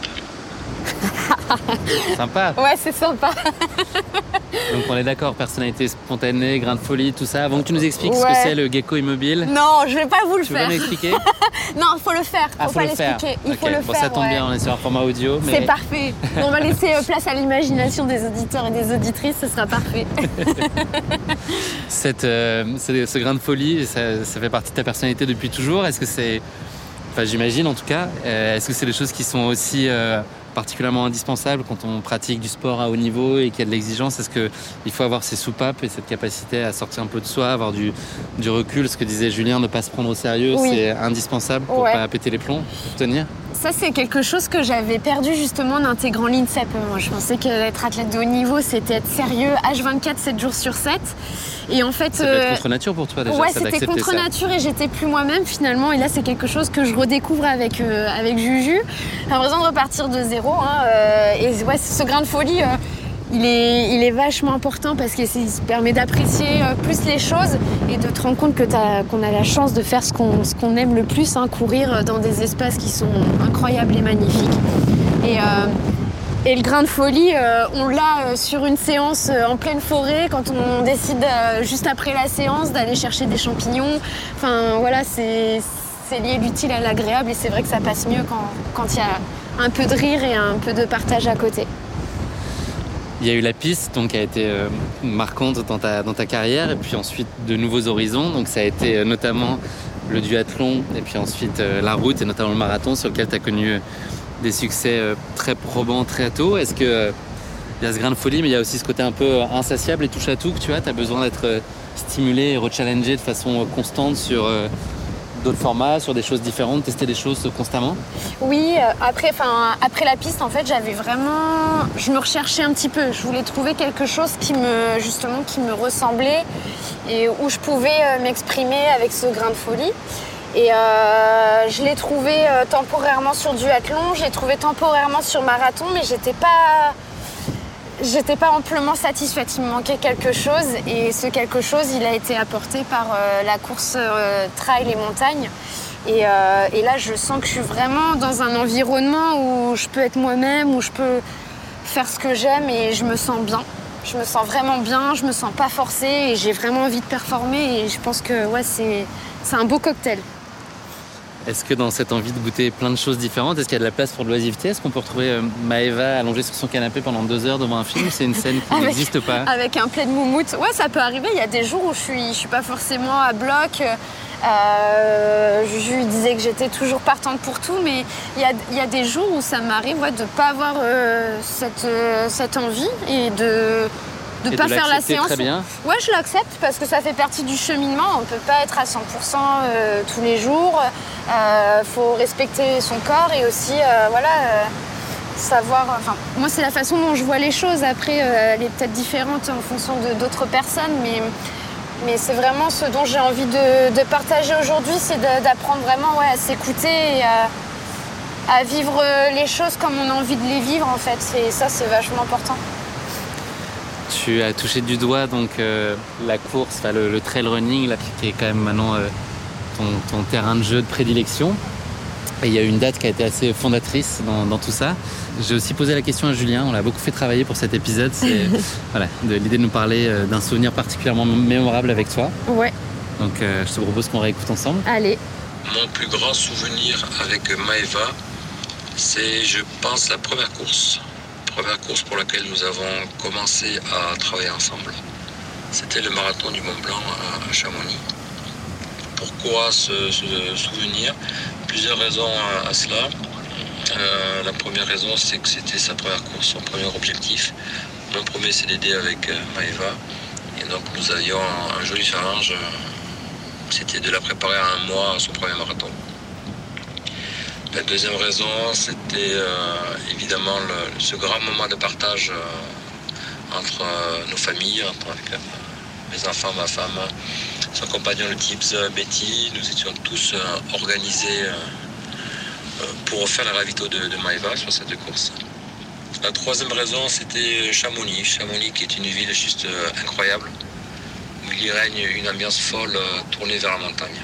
Sympa. Ouais, c'est sympa. Donc on est d'accord, personnalité spontanée, grain de folie, tout ça. Avant que tu nous expliques ce que c'est le gecko immobile. Non, je vais pas vous le faire. Tu veux m'expliquer ? Non, il faut le faire. Faut pas l'expliquer. Il faut le faire. Ça tombe bien, on est sur un format audio. Mais... C'est parfait. On va laisser place à l'imagination des auditeurs et des auditrices, ce sera parfait. Ce grain de folie, ça fait partie de ta personnalité depuis toujours. Est-ce que c'est... Enfin, j'imagine en tout cas. Est-ce que c'est des choses qui sont aussi particulièrement indispensables quand on pratique du sport à haut niveau et qu'il y a de l'exigence? Est-ce qu'il faut avoir ces soupapes et cette capacité à sortir un peu de soi, avoir du recul? Ce que disait Julien, ne pas se prendre au sérieux, c'est indispensable pour pas péter les plombs, pour tenir. Ça, c'est quelque chose que j'avais perdu justement en intégrant l'INSEP. Moi, je pensais qu'être athlète de haut niveau, c'était être sérieux H24, 7 jours sur 7. Et en fait, ça peut être contre nature pour toi déjà. Ouais, c'était contre nature et j'étais plus moi-même finalement. Et là, c'est quelque chose que je redécouvre avec Juju. J'ai l'impression de repartir de zéro. Et ouais, ce grain de folie, il est vachement important parce qu'il permet d'apprécier plus les choses et de te rendre compte qu'on a la chance de faire ce qu'on aime le plus, courir dans des espaces qui sont incroyables et magnifiques. Et le grain de folie, on l'a sur une séance en pleine forêt quand on décide juste après la séance d'aller chercher des champignons. Enfin voilà, c'est lié l'utile à l'agréable et c'est vrai que ça passe mieux quand il y a un peu de rire et un peu de partage à côté. Il y a eu la piste donc, qui a été marquante dans ta carrière et puis ensuite de nouveaux horizons. Donc ça a été notamment le duathlon et puis ensuite la route et notamment le marathon sur lequel tu as connu des succès très probants très tôt. Est-ce que il y a ce grain de folie mais il y a aussi ce côté un peu insatiable et touche à tout que tu as besoin d'être stimulé et rechallengé de façon constante sur d'autres formats, sur des choses différentes, tester des choses constamment? Oui, après la piste, en fait, je me recherchais un petit peu. Je voulais trouver quelque chose qui me ressemblait et où je pouvais m'exprimer avec ce grain de folie. Et je l'ai trouvé temporairement sur duathlon, je l'ai trouvé temporairement sur marathon, mais j'étais pas amplement satisfaite, il me manquait quelque chose et ce quelque chose il a été apporté par la course trail et montagne et là je sens que je suis vraiment dans un environnement où je peux être moi-même, où je peux faire ce que j'aime et je me sens bien, je me sens vraiment bien, je me sens pas forcée et j'ai vraiment envie de performer et je pense que c'est un beau cocktail. Est-ce que dans cette envie de goûter plein de choses différentes, est-ce qu'il y a de la place pour de l'oisiveté? Est-ce qu'on peut retrouver Maëva allongée sur son canapé pendant 2 heures devant un film? C'est une scène qui n'existe pas. Avec un plaid moumoute. Ouais, ça peut arriver. Il y a des jours où je suis pas forcément à bloc. Je lui disais que j'étais toujours partante pour tout, mais il y a des jours où ça m'arrive de pas avoir cette envie et de pas faire la séance. Très bien. Ouais, je l'accepte parce que ça fait partie du cheminement. On peut pas être à 100% tous les jours. Faut respecter son corps et aussi savoir. Enfin, moi, c'est la façon dont je vois les choses. Après, elle est peut-être différente en fonction d'autres personnes, mais c'est vraiment ce dont j'ai envie de partager aujourd'hui, c'est d'apprendre vraiment à s'écouter et à vivre les choses comme on a envie de les vivre en fait. Et ça, c'est vachement important. Tu as touché du doigt donc la course, le trail running là, qui est quand même maintenant ton terrain de jeu de prédilection. Et il y a une date qui a été assez fondatrice dans tout ça. J'ai aussi posé la question à Julien, on l'a beaucoup fait travailler pour cet épisode. C'est l'idée de nous parler d'un souvenir particulièrement mémorable avec toi. Ouais. Donc je te propose qu'on réécoute ensemble. Allez. Mon plus grand souvenir avec Maëva, c'est, je pense, la première course pour laquelle nous avons commencé à travailler ensemble. C'était le marathon du Mont Blanc à Chamonix. Pourquoi ce souvenir? Plusieurs raisons à cela. La première raison, c'est que c'était sa première course, son premier objectif. Mon premier CDD avec Maëva. Et donc nous avions un joli challenge. C'était de la préparer à 1 mois à son premier marathon. La deuxième raison, c'était évidemment ce grand moment de partage entre nos familles, avec mes enfants, ma femme, son compagnon le Tips, Betty. Nous étions tous organisés pour faire la ravito de Maëva sur cette course. La troisième raison, c'était Chamonix. Chamonix qui est une ville juste incroyable, où il y règne une ambiance folle tournée vers la montagne.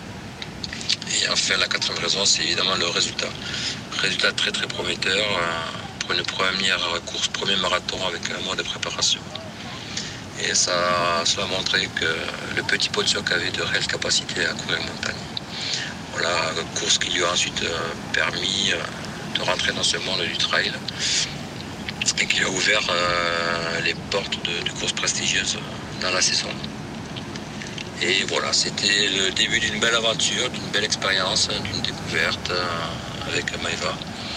Et enfin, la quatrième raison, c'est évidemment le résultat. Résultat très très prometteur pour une première course, premier marathon avec 1 mois de préparation. Et ça a montré que le petit Podioc avait de réelles capacités à courir montagne. Voilà, course qui lui a ensuite permis de rentrer dans ce monde du trail et qui lui a ouvert les portes de courses prestigieuses dans la saison. Et voilà, c'était le début d'une belle aventure, d'une belle expérience, d'une découverte avec Maëva.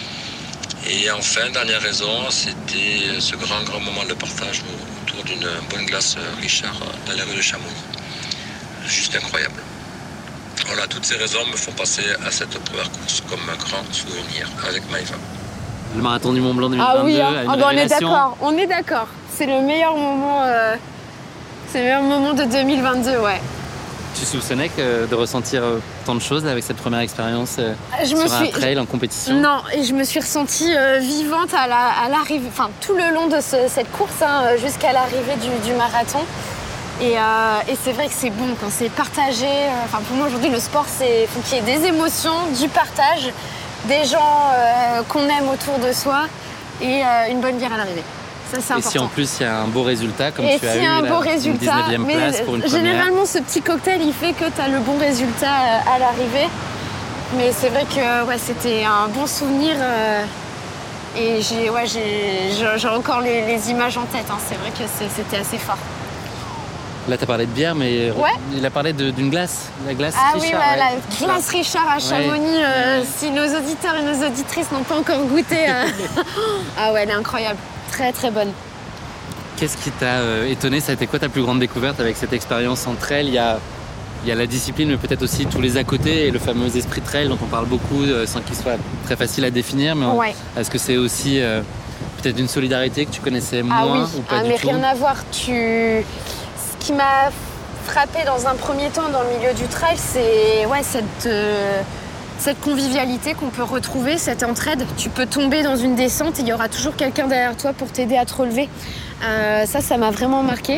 Et enfin, dernière raison, c'était ce grand moment de partage autour d'une bonne glace Richard dans les rues de Chamonix. Juste incroyable. Voilà, toutes ces raisons me font passer à cette première course comme un grand souvenir avec Maëva. Le marathon du Mont Blanc 2022, ah oui, on est d'accord. C'est le meilleur moment. C'est le meilleur moment de 2022, ouais. Tu soupçonnais de ressentir tant de choses avec cette première expérience sur un trail en compétition? Non, et je me suis ressentie vivante à l'arrivée, enfin tout le long de cette course, jusqu'à l'arrivée du marathon. Et c'est vrai que c'est bon quand c'est partagé. Pour moi aujourd'hui, le sport, il faut qu'il y ait des émotions, du partage, des gens qu'on aime autour de soi et une bonne bière à l'arrivée. Ça, c'est important. Et si en plus il y a un beau résultat, comme et tu as eu une 19e place pour une première. Généralement, ce petit cocktail, il fait que tu as le bon résultat à l'arrivée. Mais c'est vrai que c'était un bon souvenir Et j'ai encore les images en tête. Hein. C'est vrai que c'était assez fort. Là, tu as parlé de bière, mais il a parlé d'une glace. La glace Richard. Oui, la glace Richard à Chamonix. Si nos auditeurs et nos auditrices n'ont pas encore goûté. Ah ouais, elle est incroyable. Très, très bonne. Qu'est-ce qui t'a étonné? Ça a été quoi ta plus grande découverte avec cette expérience en trail? Il y a la discipline, mais peut-être aussi tous les à côté et le fameux esprit trail dont on parle beaucoup sans qu'il soit très facile à définir. Mais est-ce que c'est aussi peut-être une solidarité que tu connaissais moins ou pas du mais tout? Rien à voir. Ce qui m'a frappé dans un premier temps dans le milieu du trail, c'est cette convivialité qu'on peut retrouver, cette entraide. Tu peux tomber dans une descente et il y aura toujours quelqu'un derrière toi pour t'aider à te relever. Ça m'a vraiment marqué.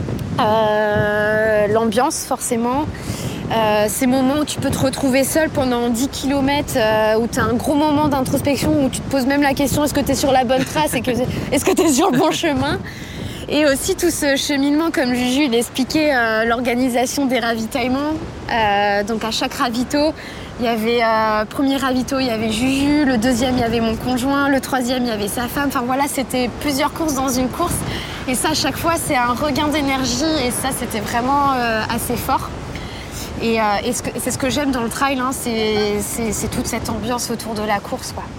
L'ambiance, forcément. Ces moments où tu peux te retrouver seul pendant 10 km, où tu as un gros moment d'introspection, où tu te poses même la question est-ce que tu es sur la bonne trace et est-ce que tu es sur le bon chemin? Et aussi tout ce cheminement, comme Juju l'expliquait, l'organisation des ravitaillements. Donc à chaque ravito, il y avait premier ravito, il y avait Juju, le deuxième, il y avait mon conjoint, le troisième, il y avait sa femme. Enfin voilà, c'était plusieurs courses dans une course. Et ça, à chaque fois, c'est un regain d'énergie. Et ça, c'était vraiment assez fort. Et c'est ce que j'aime dans le trail, hein, c'est toute cette ambiance autour de la course, quoi.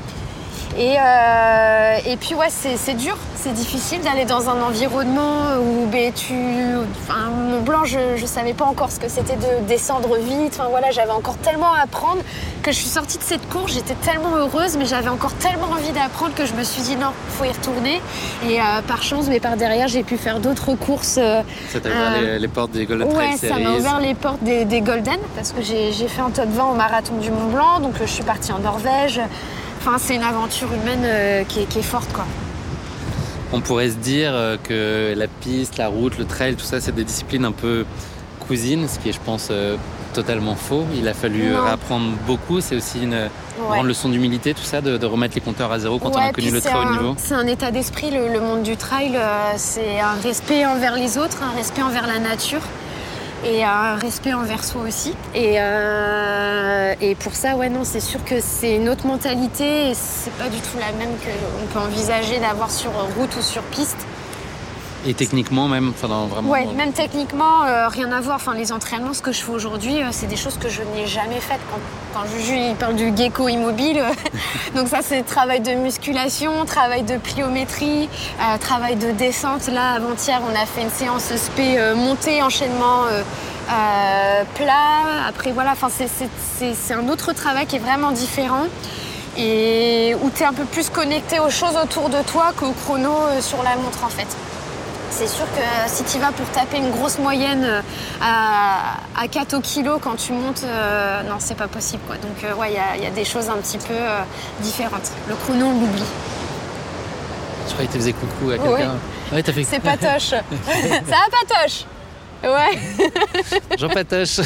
Et puis c'est dur, c'est difficile d'aller dans un environnement où Mont Blanc, je savais pas encore ce que c'était de descendre vite. Enfin voilà, j'avais encore tellement à apprendre que je suis sortie de cette course, j'étais tellement heureuse, mais j'avais encore tellement envie d'apprendre que je me suis dit non, faut y retourner. Et par chance, mais par derrière, j'ai pu faire d'autres courses. Ça t'a ouvert les portes des Golden Trail Series. Ça m'a ouvert les portes des Golden parce que j'ai fait un top 20 au marathon du Mont Blanc, donc je suis partie en Norvège. Enfin, c'est une aventure humaine qui est forte, quoi. On pourrait se dire que la piste, la route, le trail, tout ça, c'est des disciplines un peu cousines, ce qui est, je pense, totalement faux. Il a fallu réapprendre beaucoup. C'est aussi une grande leçon d'humilité, tout ça, de remettre les compteurs à zéro quand on a connu le très haut niveau. C'est un état d'esprit, le monde du trail. C'est un respect envers les autres, un respect envers la nature. Et un respect envers soi aussi. Et pour ça, c'est sûr que c'est une autre mentalité et c'est pas du tout la même qu'on peut envisager d'avoir sur route ou sur piste. Et techniquement même, vraiment. Ouais, même techniquement, rien à voir. Enfin, les entraînements, ce que je fais aujourd'hui, c'est des choses que je n'ai jamais faites. Quand Juju il parle du gecko immobile, donc ça c'est travail de musculation, travail de pliométrie, travail de descente. Là, avant-hier, on a fait une séance spé montée, enchaînement plat. Après voilà, enfin c'est un autre travail qui est vraiment différent et où tu es un peu plus connecté aux choses autour de toi qu'au chrono sur la montre en fait. C'est sûr que si tu vas pour taper une grosse moyenne à 4 au kilo quand tu montes, non, c'est pas possible, quoi. Donc, il y a des choses un petit peu différentes. Le chrono, on l'oublie. Je croyais que tu faisais coucou à quelqu'un. Ouais, t'as fait... C'est Patoche. Ça va, Patoche? Ouais. Jean Patoche.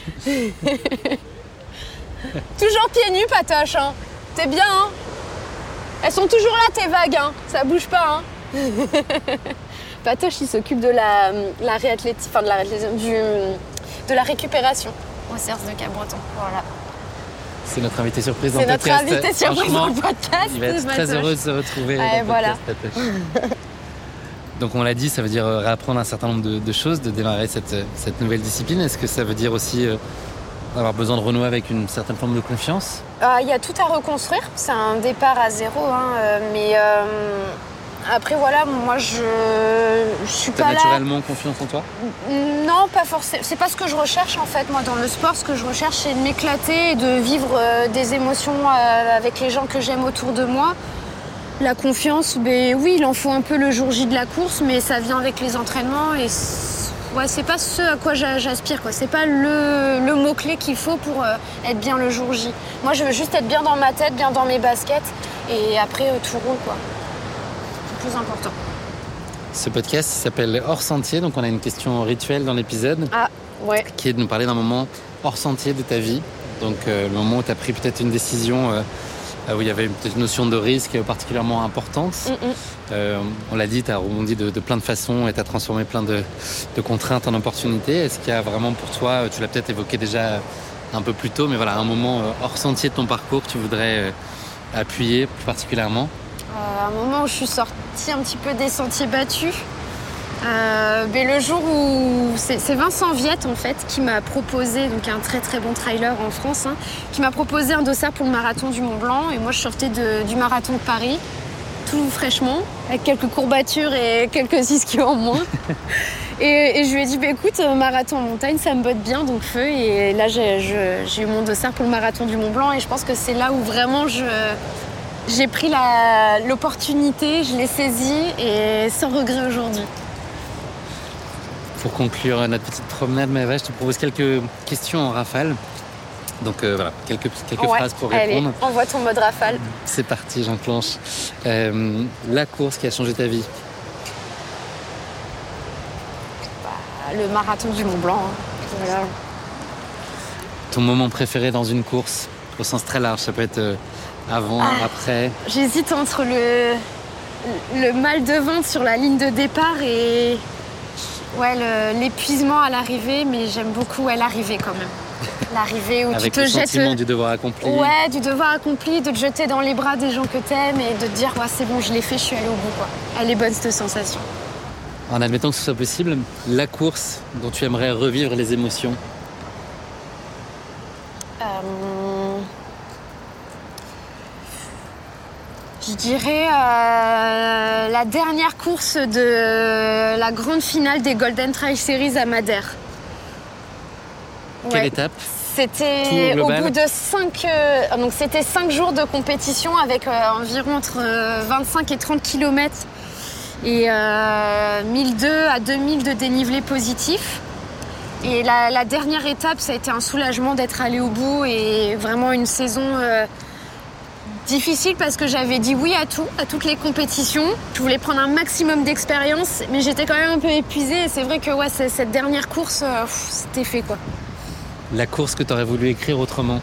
Toujours pieds nus, Patoche. Hein. T'es bien, hein? Elles sont toujours là, tes vagues. Hein. Ça bouge pas, hein. Patoche, il s'occupe de la réathlétisme, enfin de la récupération au CERS de Cap-Breton. Voilà. C'est notre invité surprise dans le podcast. C'est notre invité surprise dans le podcast. Il va être très heureux de se retrouver dans le podcast, Patoche. Donc on l'a dit, ça veut dire réapprendre un certain nombre de choses, de démarrer cette nouvelle discipline. Est-ce que ça veut dire aussi avoir besoin de renouer avec une certaine forme de confiance? Il y a tout à reconstruire. C'est un départ à zéro, mais... Après voilà, moi je suis pas là. T'as naturellement confiance en toi? Non, pas forcément. C'est pas ce que je recherche en fait. Moi dans le sport, ce que je recherche c'est de m'éclater et de vivre des émotions avec les gens que j'aime autour de moi. La confiance, oui, il en faut un peu le jour J de la course, mais ça vient avec les entraînements et c'est pas ce à quoi j'aspire, quoi. C'est pas le mot-clé qu'il faut pour être bien le jour J. Moi je veux juste être bien dans ma tête, bien dans mes baskets et après tout roule, quoi. Plus important. Ce podcast s'appelle Hors Sentier, donc on a une question rituelle dans l'épisode qui est de nous parler d'un moment hors sentier de ta vie. Donc le moment où tu as pris peut-être une décision où il y avait peut-être une notion de risque particulièrement importante. On l'a dit, tu as rebondi de plein de façons et tu as transformé plein de contraintes en opportunités. Est-ce qu'il y a vraiment pour toi, tu l'as peut-être évoqué déjà un peu plus tôt, mais voilà, un moment hors sentier de ton parcours que tu voudrais appuyer plus particulièrement? À un moment où je suis sortie un petit peu des sentiers battus. Mais le jour où... C'est Vincent Viette, en fait, qui m'a proposé, donc un très très bon trailer en France, qui m'a proposé un dossard pour le marathon du Mont Blanc. Et moi, je sortais du marathon de Paris, tout fraîchement, avec quelques courbatures et quelques ischios en moins. et je lui ai dit, écoute, marathon en montagne, ça me botte bien, donc feu. Et là, j'ai eu mon dossard pour le marathon du Mont Blanc. Et je pense que c'est là où vraiment j'ai pris l'opportunité, je l'ai saisie et sans regret aujourd'hui. Pour conclure notre petite promenade, Maëva, je te propose quelques questions en rafale. Donc voilà, quelques phrases pour répondre. Allez, envoie ton mode rafale. C'est parti, j'enclenche. La course qui a changé ta vie? Le marathon du Mont Blanc. Voilà. Ton moment préféré dans une course, au sens très large, ça peut être avant, après. J'hésite entre le mal de ventre sur la ligne de départ et l'épuisement à l'arrivée, mais j'aime beaucoup l'arrivée quand même. L'arrivée où avec tu te jettes... Avec le sentiment du devoir accompli. Ouais, du devoir accompli, de te jeter dans les bras des gens que t'aimes et de te dire c'est bon, je l'ai fait, je suis allée au bout, quoi. Elle est bonne cette sensation. En admettant que ce soit possible, la course dont tu aimerais revivre les émotions? Je dirais la dernière course de la grande finale des Golden Trail Series à Madère. Quelle étape? C'était au bout de 5 jours de compétition avec environ entre 25 et 30 km et 1002 à 2000 de dénivelé positif. Et la dernière étape, ça a été un soulagement d'être allé au bout et vraiment une saison difficile parce que j'avais dit oui à tout, à toutes les compétitions. Je voulais prendre un maximum d'expérience, mais j'étais quand même un peu épuisée. Et c'est vrai que cette dernière course, c'était fait, quoi. La course que tu aurais voulu écrire autrement?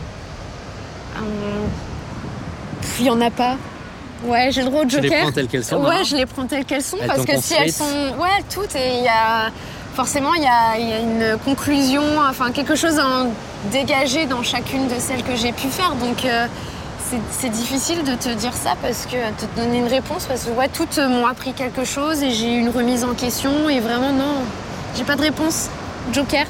Il n'y en a pas. Ouais, j'ai le droit au joker. Tu les prends telles qu'elles sont? Ouais, je les prends telles qu'elles sont. Parce que si elles sont... Ouais, toutes. Et il y a... Forcément, il y a une conclusion, enfin quelque chose à dégager dans chacune de celles que j'ai pu faire. Donc c'est difficile de te dire ça parce que de te donner une réponse parce que toutes m'ont appris quelque chose et j'ai eu une remise en question et vraiment non, j'ai pas de réponse. Joker.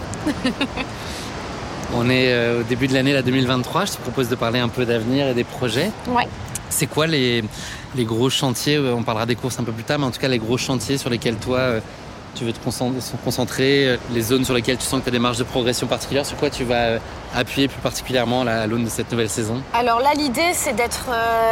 On est au début de l'année 2023. Je te propose de parler un peu d'avenir et des projets. Ouais. C'est quoi les gros chantiers? On parlera des courses un peu plus tard, mais en tout cas les gros chantiers sur lesquels toi tu veux te concentrer, les zones sur lesquelles tu sens que tu as des marges de progression particulières, sur quoi tu vas appuyer plus particulièrement à l'aune de cette nouvelle saison? Alors là, l'idée, c'est d'être...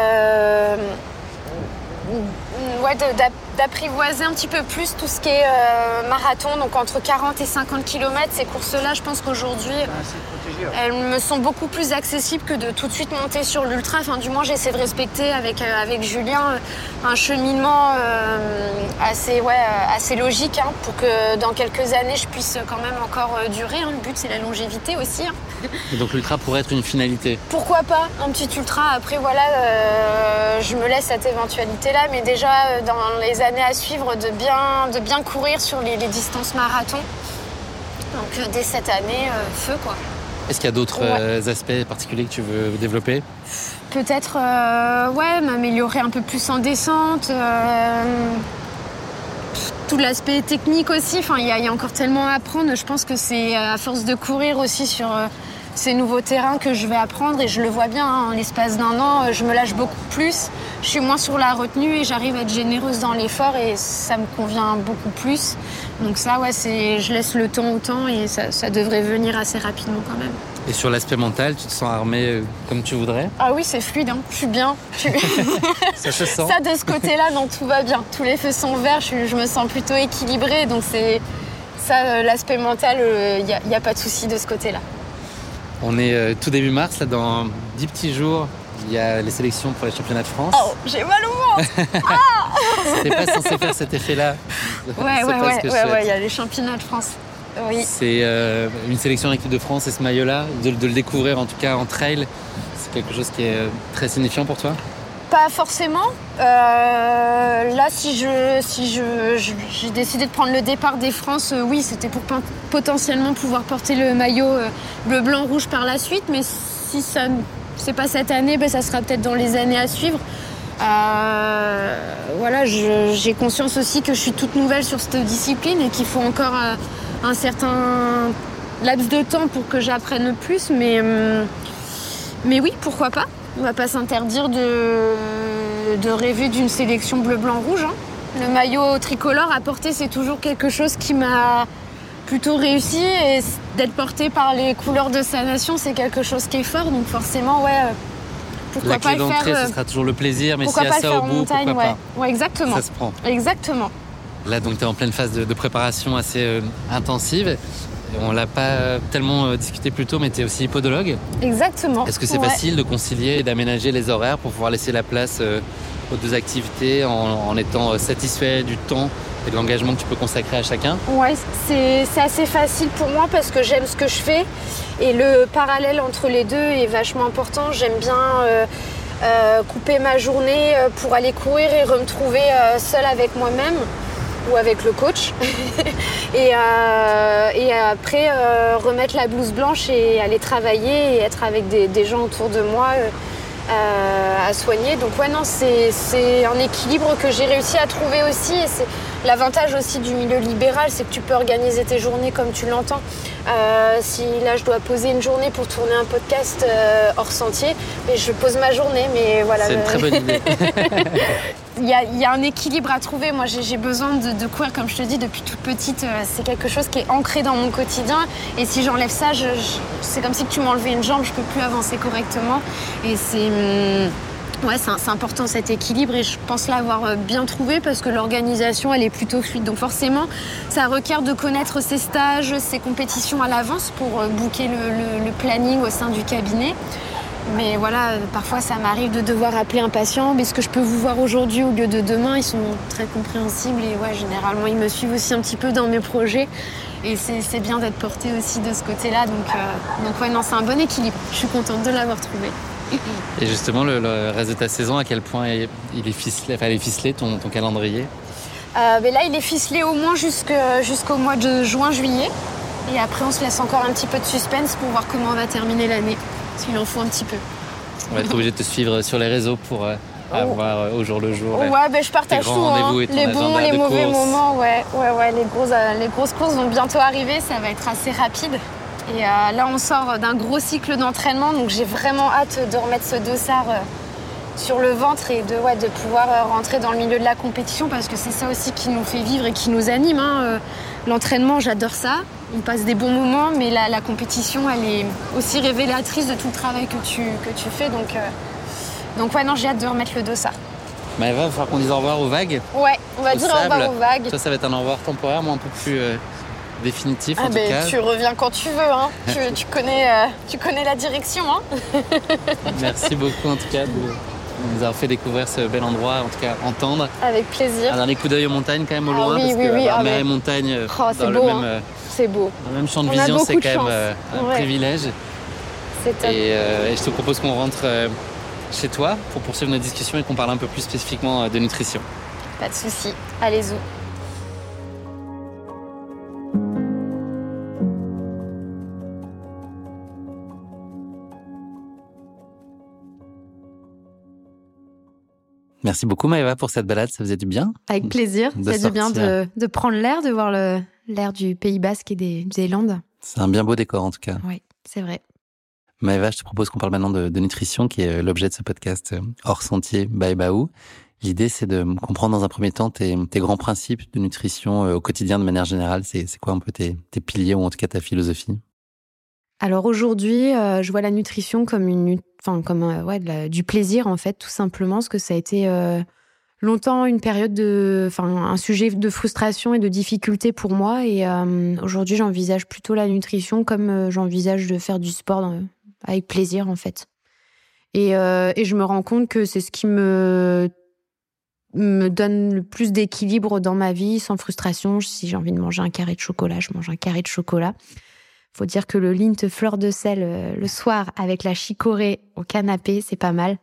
d'apprivoiser un petit peu plus tout ce qui est marathon, donc entre 40 et 50 km. Ces courses-là, je pense qu'aujourd'hui, elles me sont beaucoup plus accessibles que de tout de suite monter sur l'ultra. Enfin, du moins, j'essaie de respecter avec Julien un cheminement assez logique pour que dans quelques années, je puisse quand même encore durer. Le but, c'est la longévité aussi. Et donc l'ultra pourrait être une finalité? Pourquoi pas un petit ultra. Après, je me laisse cette éventualité-là, mais déjà, dans les années à suivre, de bien courir sur les distances marathon. Donc, dès cette année, feu, quoi. Est-ce qu'il y a d'autres aspects particuliers que tu veux développer? Peut-être, m'améliorer un peu plus en descente. Tout l'aspect technique aussi. Enfin, il y a encore tellement à apprendre. Je pense que c'est à force de courir aussi sur ces nouveaux terrains que je vais apprendre. Et je le vois bien, en l'espace d'un an, je me lâche beaucoup plus. Je suis moins sur la retenue et j'arrive à être généreuse dans l'effort et ça me convient beaucoup plus. Donc ça, je laisse le temps au temps et ça devrait venir assez rapidement quand même. Et sur l'aspect mental, tu te sens armée comme tu voudrais? Ah oui, c'est fluide, je suis bien. Ça se sent. Ça, de ce côté-là, non, tout va bien. Tous les feux sont verts, je me sens plutôt équilibrée. Donc c'est ça, l'aspect mental, il n'y a pas de souci de ce côté-là. On est tout début mars, là, dans 10 petits jours. Il y a les sélections pour les championnats de France. Oh, j'ai mal au ventre. C'était pas censé faire cet effet-là. Ouais, il y a les championnats de France. Oui. C'est une sélection en équipe de France et ce maillot-là, de le découvrir en tout cas en trail, c'est quelque chose qui est très signifiant pour toi? Pas forcément. Là, si j'ai décidé de prendre le départ des France, oui, c'était pour potentiellement pouvoir porter le maillot bleu, blanc, rouge par la suite. Mais si ça c'est pas cette année, ça sera peut-être dans les années à suivre. Voilà, j'ai conscience aussi que je suis toute nouvelle sur cette discipline et qu'il faut encore un certain laps de temps pour que j'apprenne plus. Mais oui, pourquoi pas. On va pas s'interdire de rêver d'une sélection bleu-blanc-rouge. Hein. Le maillot tricolore à porter, c'est toujours quelque chose qui m'a plutôt réussi. Et d'être porté par les couleurs de sa nation, c'est quelque chose qui est fort. Donc forcément, pourquoi la pas clé le d'entrée, faire. Ce sera toujours le plaisir, mais pourquoi s'il y a pas ça le faire au en bout, montagne, pourquoi pas. Ouais, exactement. Ça se prend. Exactement. Là, donc, tu es en pleine phase de préparation assez intensive. On l'a pas tellement discuté plus tôt, mais tu es aussi podologue. Exactement. Est-ce que c'est facile de concilier et d'aménager les horaires pour pouvoir laisser la place aux deux activités en étant satisfait du temps et de l'engagement que tu peux consacrer à chacun? Ouais, c'est assez facile pour moi parce que j'aime ce que je fais et le parallèle entre les deux est vachement important. J'aime bien couper ma journée pour aller courir et me retrouver seule avec moi-même ou avec le coach et après remettre la blouse blanche et aller travailler et être avec des gens autour de moi à soigner. Donc non, c'est un équilibre que j'ai réussi à trouver aussi et c'est l'avantage aussi du milieu libéral, c'est que tu peux organiser tes journées comme tu l'entends. Si là je dois poser une journée pour tourner un podcast hors sentier, mais je pose ma journée, mais voilà. C'est une très bonne idée. Il y a un équilibre à trouver. Moi, j'ai besoin de courir, comme je te dis, depuis toute petite. C'est quelque chose qui est ancré dans mon quotidien. Et si j'enlève ça, c'est comme si tu m'enlevais une jambe, je peux plus avancer correctement. Et c'est important cet équilibre et je pense l'avoir bien trouvé parce que l'organisation, elle est plutôt fluide. Donc forcément, ça requiert de connaître ses stages, ses compétitions à l'avance pour booker le planning au sein du cabinet. Mais voilà, parfois ça m'arrive de devoir appeler un patient. Mais est-ce que je peux vous voir aujourd'hui au lieu de demain? Ils sont très compréhensibles et généralement ils me suivent aussi un petit peu dans mes projets. Et c'est bien d'être portée aussi de ce côté-là. Donc non, c'est un bon équilibre. Je suis contente de l'avoir trouvé. Et justement, le reste de ta saison, à quel point il est ficelé ton calendrier? Mais là, il est ficelé au moins jusqu'au mois de juin-juillet. Et après, on se laisse encore un petit peu de suspense pour voir comment on va terminer l'année. S'il en faut un petit peu. On va être obligé de te suivre sur les réseaux pour avoir au jour le jour. Je partage tout. Les bons, les mauvais moments. Les grosses courses vont bientôt arriver. Ça va être assez rapide. Et là, on sort d'un gros cycle d'entraînement. Donc, j'ai vraiment hâte de remettre ce dossard sur le ventre et de pouvoir rentrer dans le milieu de la compétition parce que c'est ça aussi qui nous fait vivre et qui nous anime. L'entraînement, j'adore ça. On passe des bons moments, mais la compétition, elle est aussi révélatrice de tout le travail que tu fais. Donc j'ai hâte de remettre le dossard. Maëva, il va falloir qu'on dise au revoir aux vagues. Ouais, on va dire au revoir aux vagues. Toi, ça va être un au revoir temporaire, moi un peu plus définitif en tout cas. Tu reviens quand tu veux, hein. tu connais la direction. Hein. Merci beaucoup en tout cas de nous avoir fait découvrir ce bel endroit, en tout cas entendre. Avec plaisir. Un dernier coup d'œil aux montagnes quand même au loin, parce que mer et montagne dans le même... C'est beau. Dans le même champ de vision, c'est quand même un privilège. C'est top. Et je te propose qu'on rentre chez toi pour poursuivre notre discussion et qu'on parle un peu plus spécifiquement de nutrition. Pas de souci. Allez-y. Merci beaucoup Maëva pour cette balade, ça faisait du bien. Avec plaisir, ça fait du bien de prendre l'air, de voir l'air du Pays Basque et des Landes. C'est un bien beau décor en tout cas. Oui, c'est vrai. Maëva, je te propose qu'on parle maintenant de nutrition, qui est l'objet de ce podcast hors sentier by Baou. L'idée, c'est de comprendre dans un premier temps tes grands principes de nutrition au quotidien de manière générale. C'est quoi un peu tes piliers ou en tout cas ta philosophie? Alors aujourd'hui, je vois la nutrition comme du plaisir en fait, tout simplement, parce que ça a été longtemps une période un sujet de frustration et de difficulté pour moi. Et aujourd'hui, j'envisage plutôt la nutrition comme j'envisage de faire du sport avec plaisir en fait. Et je me rends compte que c'est ce qui me donne le plus d'équilibre dans ma vie, sans frustration. Si j'ai envie de manger un carré de chocolat, je mange un carré de chocolat. Faut dire que le Lindt fleur de sel le soir avec la chicorée au canapé, c'est pas mal.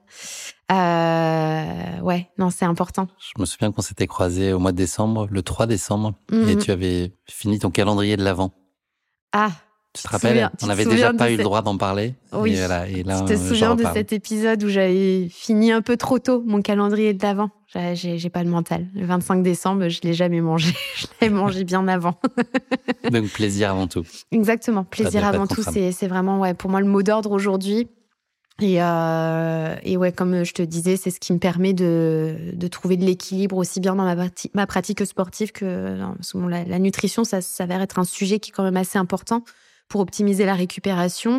C'est important. Je me souviens qu'on s'était croisés au mois de décembre, le 3 décembre, et tu avais fini ton calendrier de l'Avent. Ah, Tu te rappelles, on n'avait déjà pas eu le droit d'en parler. Oui, et là, je te souviens de cet épisode où j'avais fini un peu trop tôt mon calendrier de l'Avent. J'ai pas le mental. Le 25 décembre, je l'ai jamais mangé. Je l'avais mangé bien avant. Donc plaisir avant tout. Exactement, plaisir avant tout, c'est vraiment pour moi le mot d'ordre aujourd'hui. Et ouais, comme je te disais, c'est ce qui me permet de trouver de l'équilibre aussi bien dans ma pratique sportive que la nutrition. Ça s'avère être un sujet qui est quand même assez important pour optimiser la récupération.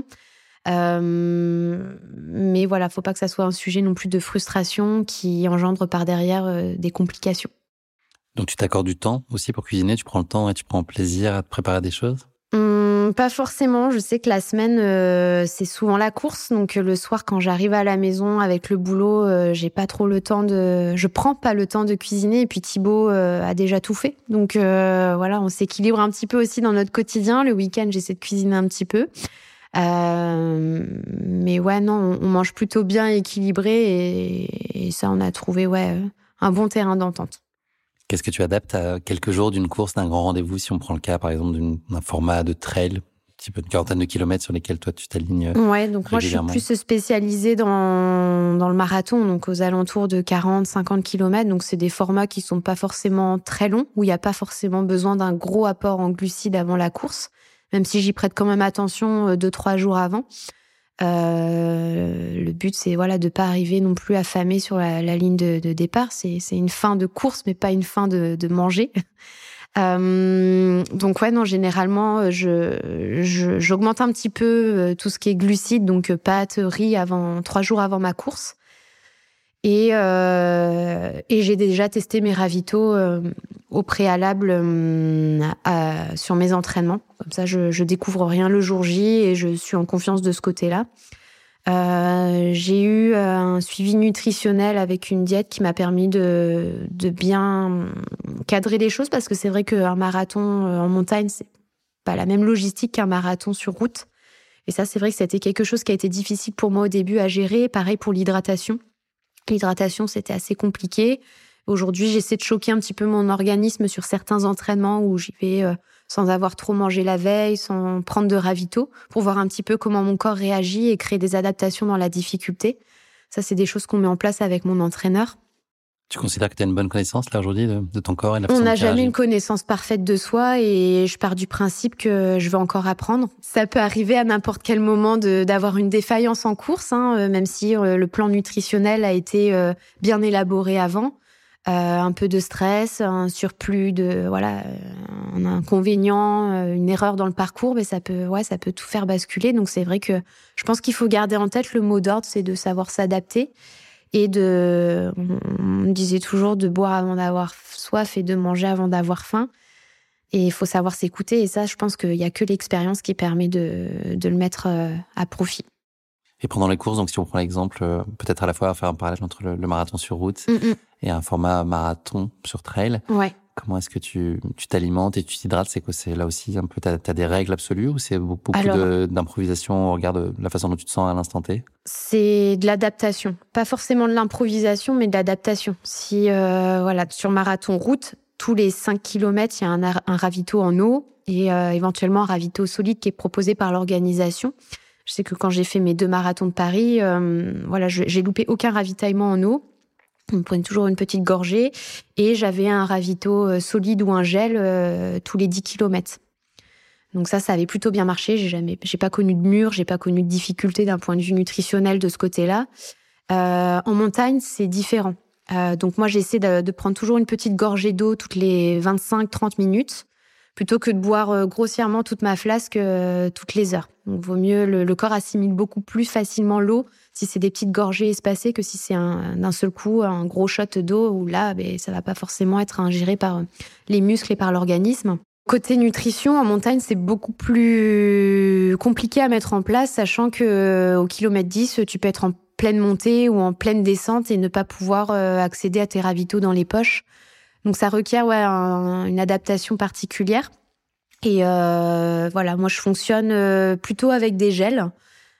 Mais voilà, faut pas que ça soit un sujet non plus de frustration qui engendre par derrière des complications. Donc tu t'accordes du temps aussi pour cuisiner, tu prends le temps et tu prends plaisir à te préparer des choses ? Pas forcément. Je sais que la semaine, c'est souvent la course. Donc, le soir, quand j'arrive à la maison avec le boulot, je prends pas le temps de cuisiner. Et puis, Thibaut a déjà tout fait. Donc, voilà, on s'équilibre un petit peu aussi dans notre quotidien. Le week-end, j'essaie de cuisiner un petit peu. Mais ouais, non, on mange plutôt bien équilibré. Et ça, on a trouvé, un bon terrain d'entente. Qu'est-ce que tu adaptes à quelques jours d'une course, d'un grand rendez-vous, si on prend le cas, par exemple, d'un format de trail, un petit peu de quarantaine de kilomètres sur lesquels toi, tu t'alignes donc moi, je suis plus spécialisée dans le marathon, donc aux alentours de 40-50 kilomètres. Donc, c'est des formats qui sont pas forcément très longs, où il n'y a pas forcément besoin d'un gros apport en glucides avant la course, même si j'y prête quand même attention 2-3 jours avant. Le but, c'est de pas arriver non plus affamé sur la ligne de départ. C'est une fin de course, mais pas une fin de manger. Donc non, généralement, j'augmente un petit peu tout ce qui est glucides, donc pâtes, riz 3 jours avant ma course. Et j'ai déjà testé mes ravitaux au préalable sur mes entraînements. Comme ça, je découvre rien le jour J et je suis en confiance de ce côté-là. J'ai eu un suivi nutritionnel avec une diète qui m'a permis de bien cadrer les choses, parce que c'est vrai qu'un marathon en montagne, c'est pas la même logistique qu'un marathon sur route. Et ça, c'est vrai que c'était quelque chose qui a été difficile pour moi au début à gérer. Pareil pour l'hydratation. L'hydratation, c'était assez compliqué. Aujourd'hui, j'essaie de choquer un petit peu mon organisme sur certains entraînements où j'y vais sans avoir trop mangé la veille, sans prendre de ravitaux, pour voir un petit peu comment mon corps réagit et créer des adaptations dans la difficulté. Ça, c'est des choses qu'on met en place avec mon entraîneur. Tu considères que tu as une bonne connaissance là aujourd'hui de ton corps et de la façon On n'a dont tu jamais réagis ? une connaissance parfaite de soi et je pars du principe que je vais encore apprendre. Ça peut arriver à n'importe quel moment d'avoir une défaillance en course, même si le plan nutritionnel a été bien élaboré avant. Un peu de stress, un surplus un inconvénient, une erreur dans le parcours, mais ça peut tout faire basculer. Donc c'est vrai que je pense qu'il faut garder en tête le mot d'ordre, c'est de savoir s'adapter. Et on me disait toujours de boire avant d'avoir soif et de manger avant d'avoir faim. Et il faut savoir s'écouter. Et ça, je pense qu'il n'y a que l'expérience qui permet de le mettre à profit. Et pendant les courses, donc si on prend l'exemple, peut-être à la fois faire un parallèle entre le marathon sur route et un format marathon sur trail. Ouais. Comment est-ce que tu t'alimentes et tu t'hydrates ? C'est quoi ? C'est là aussi un peu, t'as des règles absolues ou c'est beaucoup d'improvisation au regard de la façon dont tu te sens à l'instant T ? C'est de l'adaptation. Pas forcément de l'improvisation, mais de l'adaptation. Si, sur marathon route, tous les 5 km, il y a un ravito en eau et éventuellement un ravito solide qui est proposé par l'organisation. Je sais que quand j'ai fait mes 2 marathons de Paris, j'ai loupé aucun ravitaillement en eau. On prenait toujours une petite gorgée et j'avais un ravito solide ou un gel tous les 10 km. Donc ça avait plutôt bien marché. J'ai pas connu de mur, j'ai pas connu de difficulté d'un point de vue nutritionnel de ce côté-là. En montagne, c'est différent. Donc moi, j'essaie de prendre toujours une petite gorgée d'eau toutes les 25-30 minutes plutôt que de boire grossièrement toute ma flasque toutes les heures. Donc, vaut mieux, le corps assimile beaucoup plus facilement l'eau si c'est des petites gorgées espacées que si c'est d'un seul coup un gros shot d'eau où là, ça va pas forcément être ingéré par les muscles et par l'organisme. Côté nutrition, en montagne, c'est beaucoup plus compliqué à mettre en place, sachant que au kilomètre 10, tu peux être en pleine montée ou en pleine descente et ne pas pouvoir accéder à tes ravitaux dans les poches. Donc ça requiert une adaptation particulière. Et moi je fonctionne plutôt avec des gels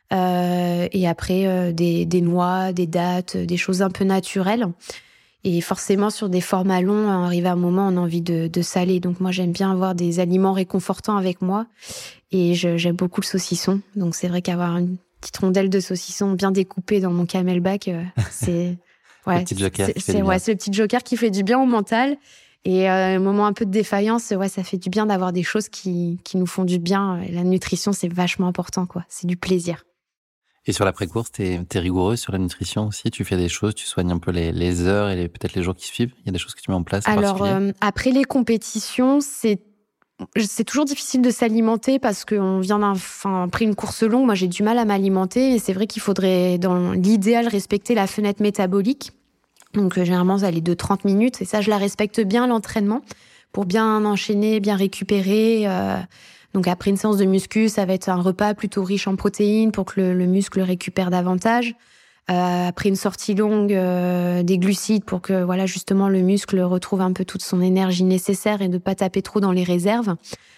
et après des noix, des dattes, des choses un peu naturelles. Et forcément sur des formats longs, arrivé à un moment on a envie de saler. Donc moi j'aime bien avoir des aliments réconfortants avec moi. Et j'aime beaucoup le saucisson. Donc, c'est vrai qu'avoir une petite rondelle de saucisson bien découpée dans mon Camelback, c'est... Ouais, le petit joker c'est le petit joker qui fait du bien au mental. Et un moment un peu de défaillance, ça fait du bien d'avoir des choses qui nous font du bien. Et la nutrition, c'est vachement important, quoi. C'est du plaisir. Et sur l'après-course, t'es rigoureuse sur la nutrition aussi? Tu fais des choses, tu soignes un peu les heures et peut-être les jours qui suivent? Il y a des choses que tu mets en place en particulier? Après les compétitions, c'est toujours difficile de s'alimenter parce qu'on vient après une course longue, moi j'ai du mal à m'alimenter. Et c'est vrai qu'il faudrait, dans l'idéal, respecter la fenêtre métabolique. Donc généralement, elle est de 30 minutes. Et ça, je la respecte bien, l'entraînement, pour bien enchaîner, bien récupérer. Donc après une séance de muscu, ça va être un repas plutôt riche en protéines pour que le muscle récupère davantage. Après une sortie longue, des glucides pour que justement le muscle retrouve un peu toute son énergie nécessaire et ne pas taper trop dans les réserves.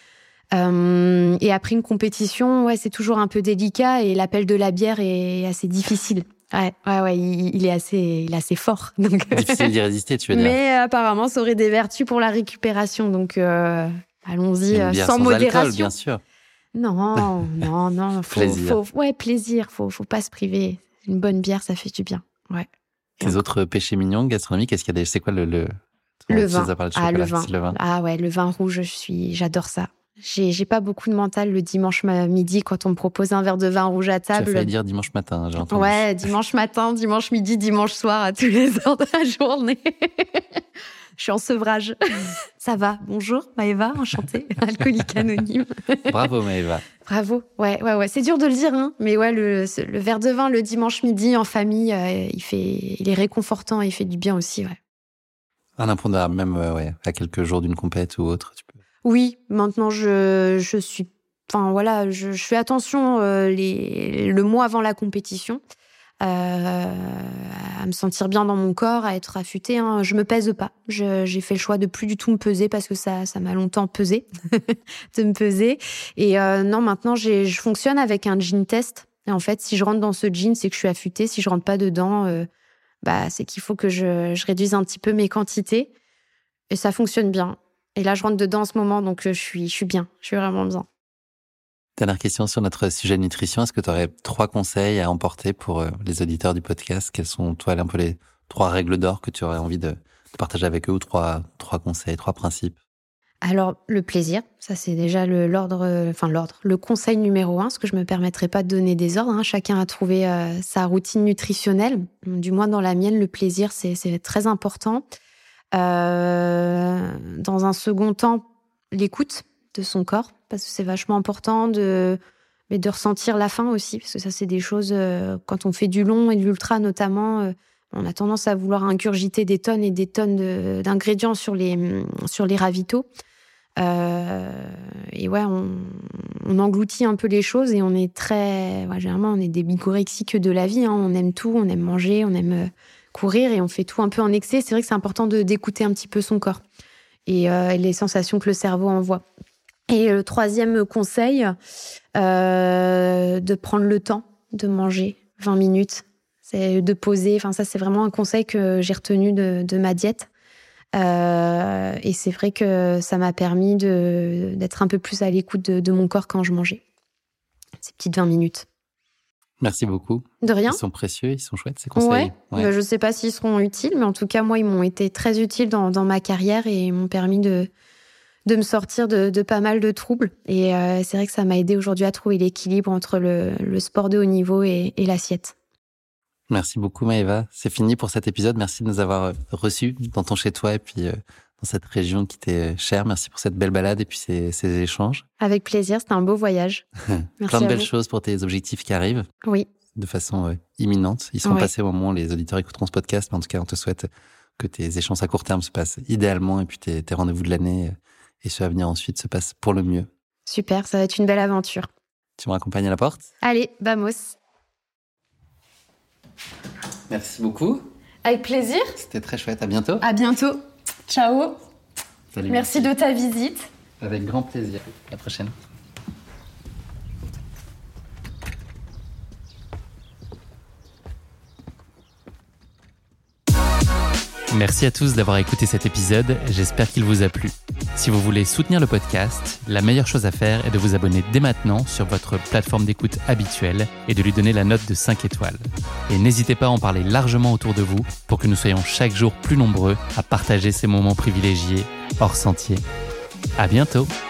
Et après une compétition, c'est toujours un peu délicat et l'appel de la bière est assez difficile. Ouais, il est assez fort. Donc difficile d'y résister, tu veux dire. Mais apparemment, ça aurait des vertus pour la récupération. Donc allons-y sans modération. Alcool, bien sûr. Non. Plaisir. Plaisir. Faut pas se priver. Une bonne bière, ça fait du bien. Ouais. Tes autres péchés mignons gastronomiques, est-ce qu'il y a c'est quoi le vin. Le vin. Ah ouais, le vin rouge, j'adore ça. J'ai pas beaucoup de mental le dimanche midi quand on me propose un verre de vin rouge à table. Tu as failli dire dimanche matin, j'ai entendu. Ouais, dimanche matin, dimanche midi, dimanche soir, à tous les heures de la journée. Je suis en sevrage. Ça va. Bonjour, Maëva, enchantée. Alcoolique anonyme. Bravo, Maëva. Bravo. Ouais. C'est dur de le dire, hein. Mais le verre de vin le dimanche midi en famille, il est réconfortant et il fait du bien aussi, ouais. Un impondérable, même, à quelques jours d'une compète ou autre, tu peux. Oui, maintenant je fais attention le mois avant la compétition à me sentir bien dans mon corps, à être affûtée. Hein. Je me pèse pas. J'ai fait le choix de plus du tout me peser parce que ça m'a longtemps pesé de me peser. Et non, maintenant je fonctionne avec un jean test. Et en fait, si je rentre dans ce jean, c'est que je suis affûtée. Si je rentre pas dedans, c'est qu'il faut que je réduise un petit peu mes quantités. Et ça fonctionne bien. Et là, je rentre dedans en ce moment, donc je suis bien. Je suis vraiment bien. Dernière question sur notre sujet de nutrition. Est-ce que tu aurais 3 conseils à emporter pour les auditeurs du podcast? Quelles sont, toi, un peu les 3 règles d'or que tu aurais envie de partager avec eux ou 3 conseils, 3 principes? Alors, le plaisir, ça c'est déjà le conseil numéro 1, parce que je me permettrai pas de donner des ordres. Hein. Chacun a trouvé sa routine nutritionnelle. Du moins, dans la mienne, le plaisir, c'est très important. Dans un second temps, l'écoute de son corps, parce que c'est vachement important de ressentir la faim aussi, parce que ça, c'est des choses, quand on fait du long et de l'ultra notamment, on a tendance à vouloir ingurgiter des tonnes et des tonnes d'ingrédients sur les ravitaux. Et on engloutit un peu les choses et on est généralement, on est des bigorexiques de la vie. Hein. On aime tout, on aime manger, on aime courir et on fait tout un peu en excès. C'est vrai que c'est important d'écouter un petit peu son corps et les sensations que le cerveau envoie. Et le 3e conseil, de prendre le temps de manger 20 minutes, c'est de poser. Enfin, ça, c'est vraiment un conseil que j'ai retenu de ma diète. Et c'est vrai que ça m'a permis d'être un peu plus à l'écoute de mon corps quand je mangeais. Ces petites 20 minutes. Merci beaucoup. De rien. Ils sont précieux, ils sont chouettes, ces conseils. Ouais. Je ne sais pas s'ils seront utiles, mais en tout cas, moi, ils m'ont été très utiles dans ma carrière et ils m'ont permis de me sortir de pas mal de troubles. Et c'est vrai que ça m'a aidé aujourd'hui à trouver l'équilibre entre le sport de haut niveau et l'assiette. Merci beaucoup, Maëva. C'est fini pour cet épisode. Merci de nous avoir reçus dans ton chez-toi et puis dans cette région qui t'est chère. Merci pour cette belle balade et puis ces échanges. Avec plaisir, c'était un beau voyage. Merci. Plein de belles choses pour tes objectifs qui arrivent. Oui. De façon imminente. Ils seront passés au moment où les auditeurs écouteront ce podcast. Mais en tout cas, on te souhaite que tes échanges à court terme se passent idéalement et puis tes rendez-vous de l'année et ceux à venir ensuite se passent pour le mieux. Super, ça va être une belle aventure. Tu me raccompagnes à la porte? Allez, vamos. Merci beaucoup. Avec plaisir. C'était très chouette. À bientôt. À bientôt. Ciao. Salut. Merci de ta visite. Avec grand plaisir. À la prochaine. Merci à tous d'avoir écouté cet épisode. J'espère qu'il vous a plu. Si vous voulez soutenir le podcast, la meilleure chose à faire est de vous abonner dès maintenant sur votre plateforme d'écoute habituelle et de lui donner la note de 5 étoiles. Et n'hésitez pas à en parler largement autour de vous pour que nous soyons chaque jour plus nombreux à partager ces moments privilégiés hors sentier. À bientôt!